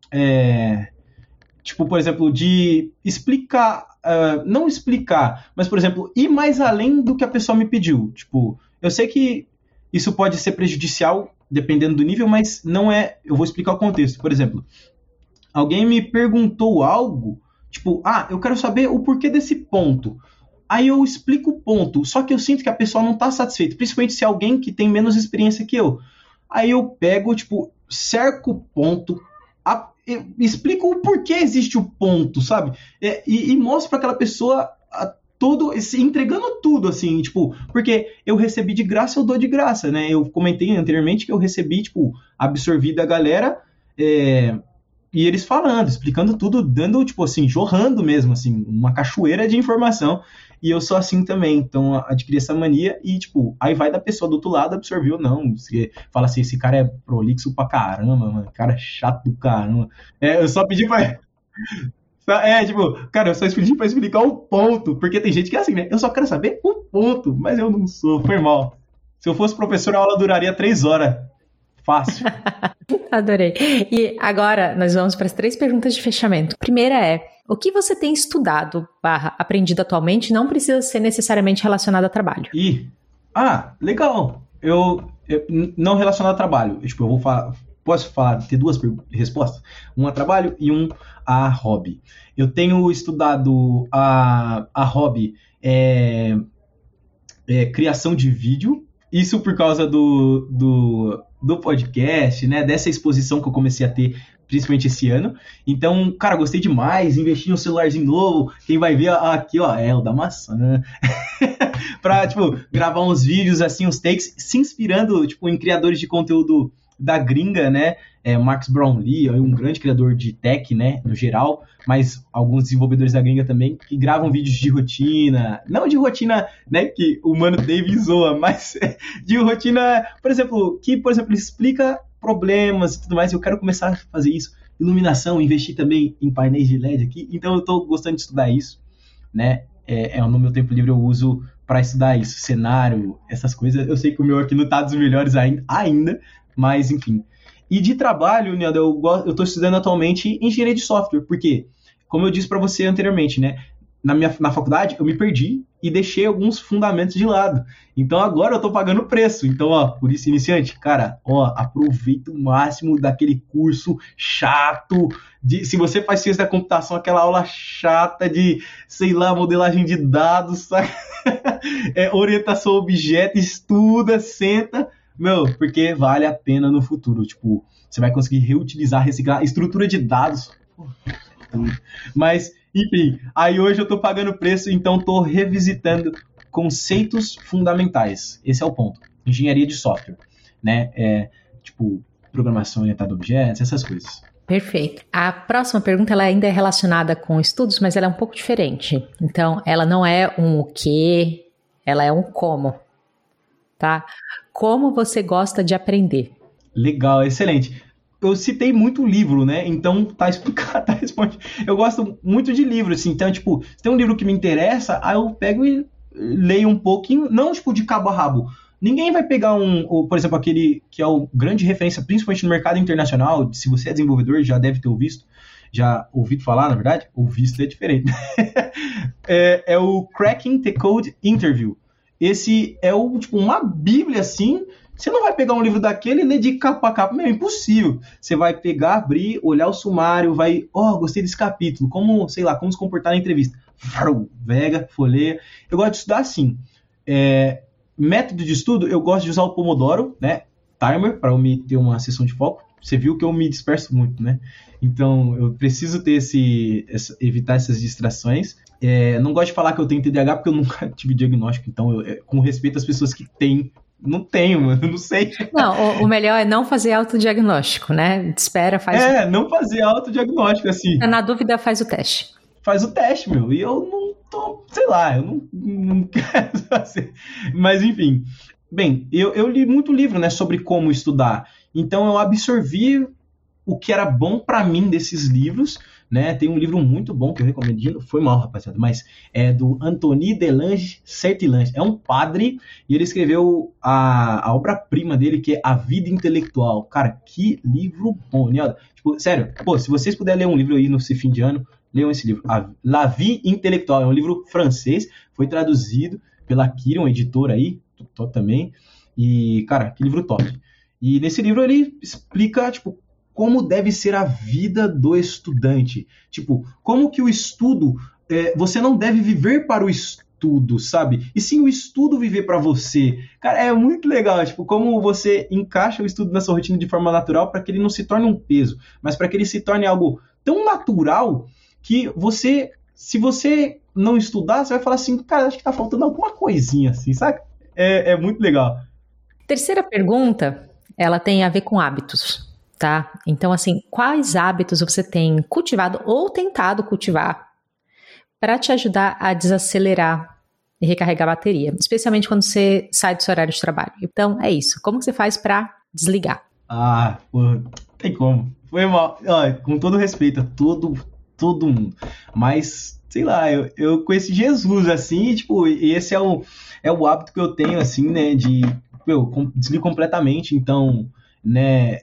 É, tipo, por exemplo, de explicar, uh, não explicar, mas, por exemplo, ir mais além do que a pessoa me pediu. Tipo, eu sei que isso pode ser prejudicial, dependendo do nível, mas não é... Eu vou explicar o contexto. Por exemplo, alguém me perguntou algo, tipo, ah, eu quero saber o porquê desse ponto. Aí eu explico o ponto, só que eu sinto que a pessoa não está satisfeita, principalmente se é alguém que tem menos experiência que eu. Aí eu pego, tipo, cerco o ponto, a, explico o porquê existe o ponto, sabe? É, e, e mostro para aquela pessoa a, todo, entregando tudo, assim, tipo, porque eu recebi de graça, eu dou de graça, né? Eu comentei anteriormente que eu recebi, tipo, absorvi da galera, é, e eles falando, explicando tudo, dando, tipo assim, jorrando mesmo, assim, uma cachoeira de informação. E eu sou assim também, então adquiri essa mania e, tipo, aí vai da pessoa do outro lado absorver ou não. Você fala assim, esse cara é prolixo pra caramba, mano, cara é chato do caramba. É, eu só pedi pra... É, tipo, cara, eu só pedi pra explicar o ponto, porque tem gente que é assim, né? Eu só quero saber o ponto, mas eu não sou, foi mal. Se eu fosse professor, a aula duraria três horas. Fácil. Adorei. E agora nós vamos para as três perguntas de fechamento. Primeira é, o que você tem estudado, barra, aprendido atualmente, não precisa ser necessariamente relacionado a trabalho? E, ah, legal. Eu, eu não relacionado a trabalho. Eu, tipo, eu vou falar, posso falar, ter duas respostas? Um a trabalho e um a hobby. Eu tenho estudado a, a hobby, é, é, criação de vídeo. Isso por causa do, do, do podcast, né? Dessa exposição que eu comecei a ter, principalmente esse ano. Então, cara, gostei demais. Investi em um celularzinho novo. Quem vai ver aqui, ó, é o da maçã. Pra, tipo, gravar uns vídeos, assim, uns takes, se inspirando, tipo, em criadores de conteúdo da gringa, né? É, Max Brownlee, um grande criador de tech, né? No geral, mas alguns desenvolvedores da gringa também, que gravam vídeos de rotina, não de rotina, né? Que o Mano Dave zoa, mas de rotina, por exemplo, que, por exemplo, explica problemas e tudo mais. Eu quero começar a fazer isso. iluminação, investir também em painéis de L E D aqui, então eu estou gostando de estudar isso, né? É, é, no meu tempo livre eu uso para estudar isso, cenário, essas coisas. Eu sei que o meu aqui não tá dos melhores ainda, ainda mas enfim. E de trabalho, Nildo, eu go- eu estou estudando atualmente engenharia de software, porque, como eu disse para você anteriormente, né? Na, minha, na faculdade, eu me perdi e deixei alguns fundamentos de lado. Então, agora eu tô pagando o preço. Então, ó, por isso, iniciante, cara, ó, aproveita o máximo daquele curso chato. De, se você faz ciência da computação, aquela aula chata de, sei lá, modelagem de dados, sabe? É, orientação a objeto, estuda, senta. Meu, porque vale a pena no futuro. Tipo, você vai conseguir reutilizar, reciclar. Estrutura de dados. Mas, enfim, aí hoje eu tô pagando preço, então tô revisitando conceitos fundamentais. Esse é o ponto. Engenharia de software, né? É, tipo, programação orientada a objetos, essas coisas. Perfeito. A próxima pergunta ela ainda é relacionada com estudos, mas ela é um pouco diferente. Então, ela não é um o quê, ela é um como, tá? Como você gosta de aprender? Legal, excelente. Eu citei muito livro, né? Então tá explicado, tá respondido. Eu gosto muito de livro, assim. Então, tipo, se tem um livro que me interessa, aí eu pego e leio um pouquinho, não tipo de cabo a rabo. Ninguém vai pegar um, ou, por exemplo, aquele que é o grande referência, principalmente no mercado internacional. Se você é desenvolvedor, já deve ter ouvido, já ouvido falar, na verdade. Ouvido é diferente. é, é o Cracking the Code Interview. Esse é o, tipo, uma bíblia, assim. Você não vai pegar um livro daquele e ler de capa a capa, meu, é impossível. Você vai pegar, abrir, olhar o sumário, vai, ó, oh, gostei desse capítulo, como, sei lá, como se comportar na entrevista. Vega, folheia. Eu gosto de estudar assim. É, método de estudo, eu gosto de usar o Pomodoro, né? Timer, para eu me ter uma sessão de foco. Você viu que eu me disperso muito, né? Então, eu preciso ter esse, essa, evitar essas distrações. É, não gosto de falar que eu tenho T D A H, porque eu nunca tive diagnóstico, então, eu, é, com respeito às pessoas que têm. Não tenho, mano, não sei. Não, o, o melhor é não fazer autodiagnóstico, né? Espera, faz É, o... não fazer autodiagnóstico, assim. Na dúvida, faz o teste. Faz o teste, meu. E eu não tô, sei lá, eu não, não quero fazer. Mas, enfim. Bem, eu, eu li muito livro, né, sobre como estudar. Então, eu absorvi o que era bom pra mim desses livros, né? Tem um livro muito bom que eu recomendo, foi mal, rapaziada, mas é do Anthony Delange Sertilange. É um padre e ele escreveu a, a obra-prima dele, que é A Vida Intelectual. Cara, que livro bom, né? Tipo, sério, pô, se vocês puderem ler um livro aí nesse fim de ano, leiam esse livro. A La Vie Intelectual é um livro francês, foi traduzido pela Kiron, editora aí, top também. E, cara, que livro top. E nesse livro ele explica, tipo, como deve ser a vida do estudante. Tipo, como que o estudo... É, você não deve viver para o estudo, sabe? E sim o estudo viver para você. Cara, é muito legal. Tipo, como você encaixa o estudo na sua rotina de forma natural para que ele não se torne um peso, mas para que ele se torne algo tão natural que você... Se você não estudar, você vai falar assim, cara, acho que tá faltando alguma coisinha, assim, sabe? É, é muito legal. Terceira pergunta, ela tem a ver com hábitos. Tá? Então, assim, quais hábitos você tem cultivado ou tentado cultivar para te ajudar a desacelerar e recarregar a bateria, especialmente quando você sai do seu horário de trabalho? Então, é isso. Como que você faz para desligar? Ah, pô, tem como. Foi mal. Ó, com todo respeito a todo, todo mundo. Mas, sei lá, eu, eu conheci Jesus, assim, e, tipo, esse é o, é o hábito que eu tenho, assim, né, de... Eu desligo completamente, então, né...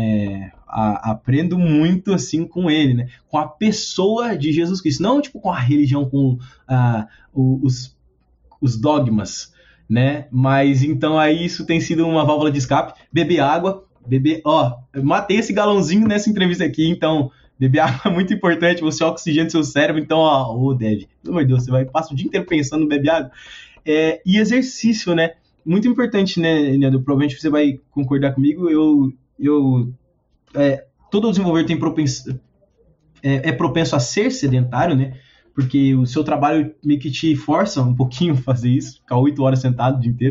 É, a, aprendo muito assim com ele, né? Com a pessoa de Jesus Cristo, não tipo com a religião, com uh, os, os dogmas, né? Mas então aí isso tem sido uma válvula de escape. Beber água, beber, ó, eu matei esse galãozinho nessa entrevista aqui, então beber água é muito importante, você oxigena seu cérebro, então ó, ô Dev, pelo amor de Deus, você vai passar o dia inteiro pensando no beber água. É, e exercício, né? Muito importante, né, Leandro? Provavelmente você vai concordar comigo, eu Eu, é, todo desenvolvedor tem propenso, é, é propenso a ser sedentário, né? Porque o seu trabalho meio que te força um pouquinho a fazer isso, ficar oito horas sentado o dia inteiro.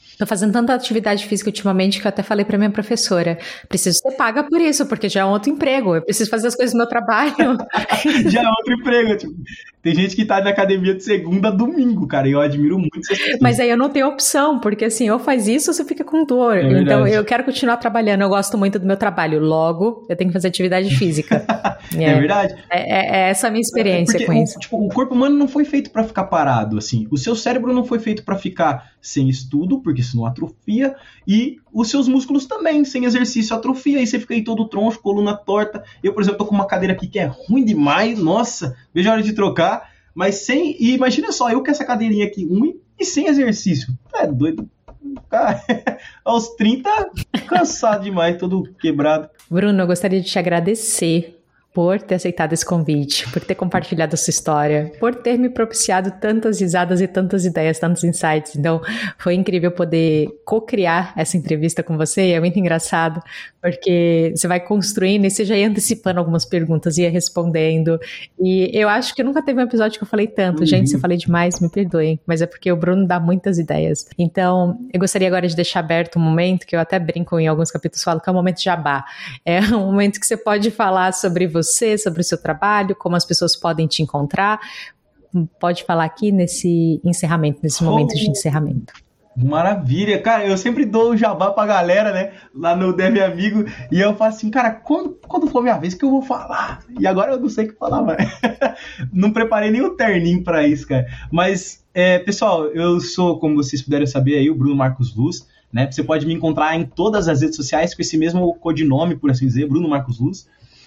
Tô fazendo tanta atividade física ultimamente que eu até falei pra minha professora, preciso ser paga por isso, porque já é um outro emprego, eu preciso fazer as coisas do meu trabalho. Já é outro emprego, tipo, tem gente que tá na academia de segunda a domingo, cara, e eu admiro muito essas pessoas. Mas aí eu não tenho opção, porque assim, ou faz isso ou você fica com dor. É então verdade. eu quero continuar trabalhando, eu gosto muito do meu trabalho, logo eu tenho que fazer atividade física. É, é verdade. É, é, é essa a minha experiência porque com o, isso. Tipo, o corpo humano não foi feito pra ficar parado, assim. O seu cérebro não foi feito pra ficar sem estudo, porque senão atrofia, e os seus músculos também, sem exercício, atrofia, aí você fica aí todo troncho, coluna torta. Eu, por exemplo, tô com uma cadeira aqui que é ruim demais, nossa, vejo a hora de trocar, mas sem... E imagina só, eu com essa cadeirinha aqui ruim e sem exercício. É doido. Cara, aos trinta, cansado demais, todo quebrado. Bruno, eu gostaria de te agradecer por ter aceitado esse convite, por ter compartilhado a sua história, por ter me propiciado tantas risadas e tantas ideias, tantos insights. Então, foi incrível poder co-criar essa entrevista com você, e é muito engraçado, porque você vai construindo e você já ia antecipando algumas perguntas, ia respondendo, e eu acho que nunca teve um episódio que eu falei tanto. Uhum. Gente, se eu falei demais, me perdoem, mas é porque o Bruno dá muitas ideias. Então, eu gostaria agora de deixar aberto um momento, que eu até brinco em alguns capítulos, falo que é um momento de jabá. É um momento que você pode falar sobre você, você, sobre o seu trabalho, como as pessoas podem te encontrar. Pode falar aqui nesse encerramento, nesse momento oh, de encerramento. Maravilha, cara, eu sempre dou o jabá pra galera, né, lá no Deve Amigo, e eu falo assim, cara, quando, quando for minha vez que eu vou falar? E agora eu não sei o que falar, mas não preparei nem o terninho pra isso, cara. Mas, é, pessoal, eu sou, como vocês puderam saber aí, o Bruno Marcos Luz, né, você pode me encontrar em todas as redes sociais com esse mesmo codinome, por assim dizer, Bruno Marcos Luz.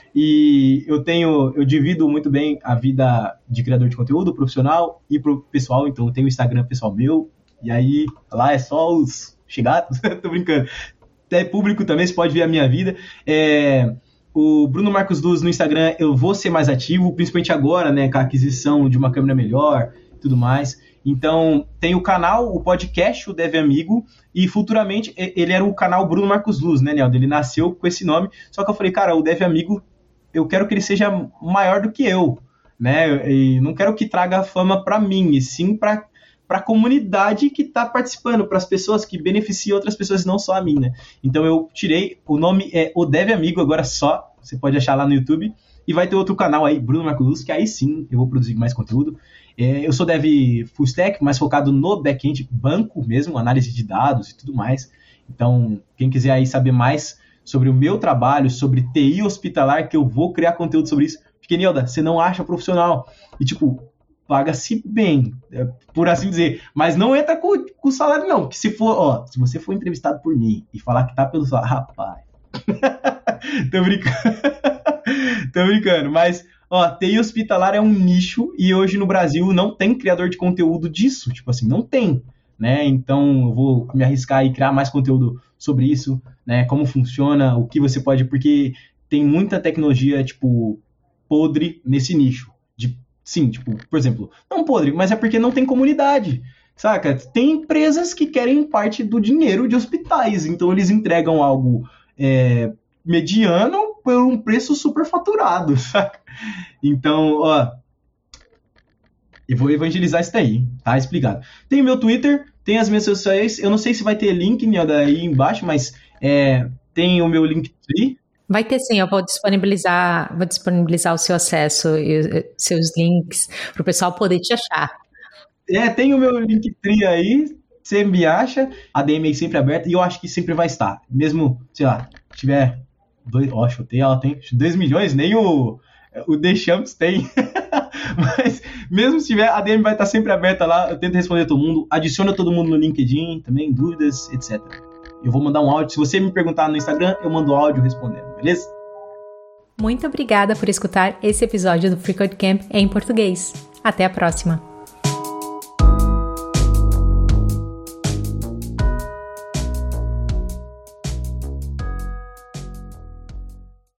E eu tenho, eu divido muito bem a vida de criador de conteúdo profissional e pro pessoal, então eu tenho o Instagram pessoal meu, e aí lá é só os chegados, tô brincando. Até público também, você pode ver a minha vida. É, o Bruno Marcos Luz no Instagram, eu vou ser mais ativo, principalmente agora, né, com a aquisição de uma câmera melhor e tudo mais. Então, tem o canal, o podcast, o Deve Amigo, e futuramente ele era o canal Bruno Marcos Luz, né, Neldo? Ele nasceu com esse nome, só que eu falei, cara, o Deve Amigo, eu quero que ele seja maior do que eu, né? E não quero que traga fama para mim, e sim para a comunidade que está participando, para as pessoas que beneficiam outras pessoas, não só a mim, né? Então eu tirei, o nome é O Deve Amigo, agora só, você pode achar lá no YouTube, e vai ter outro canal aí, Bruno Marcos Luz, que aí sim eu vou produzir mais conteúdo. É, eu sou dev full stack, mais focado no back-end, banco mesmo, análise de dados e tudo mais. Então, quem quiser aí saber mais sobre o meu trabalho, sobre T I hospitalar, que eu vou criar conteúdo sobre isso. Porque, Nilda, você não acha profissional. E, tipo, paga-se bem, por assim dizer. Mas não entra com, com o salário, não. Que se for, ó, se você for entrevistado por mim e falar que tá pelo salário, rapaz. Tô brincando. Tô brincando. Mas, ó, T I hospitalar é um nicho e hoje no Brasil não tem criador de conteúdo disso. Tipo assim, não tem. Né? Então eu vou me arriscar e criar mais conteúdo sobre isso, né? Como funciona, o que você pode, porque tem muita tecnologia, tipo, podre nesse nicho. De, sim, tipo, por exemplo, não podre, mas é porque não tem comunidade, saca? Tem empresas que querem parte do dinheiro de hospitais, então eles entregam algo é, mediano por um preço superfaturado, saca? Então, ó, eu vou evangelizar isso daí, tá explicado. Tem o meu Twitter, tem as minhas redes sociais, eu não sei se vai ter link né, daí embaixo, mas é, tem o meu Linktree. Vai ter sim, eu vou disponibilizar, vou disponibilizar o seu acesso e seus links para o pessoal poder te achar. É, tem o meu Linktree aí, você me acha, a D M aí sempre aberta, e eu acho que sempre vai estar. Mesmo, sei lá, tiver dois, ó, chutei ela, tem dois milhões, nem o, o Deschamps tem. Mas mesmo se tiver, a D M vai estar sempre aberta lá, eu tento responder todo mundo, adiciona todo mundo no LinkedIn também, dúvidas, etcétera. Eu vou mandar um áudio, se você me perguntar no Instagram, eu mando áudio respondendo, beleza? Muito obrigada por escutar esse episódio do FreeCodeCamp em português. Até a próxima!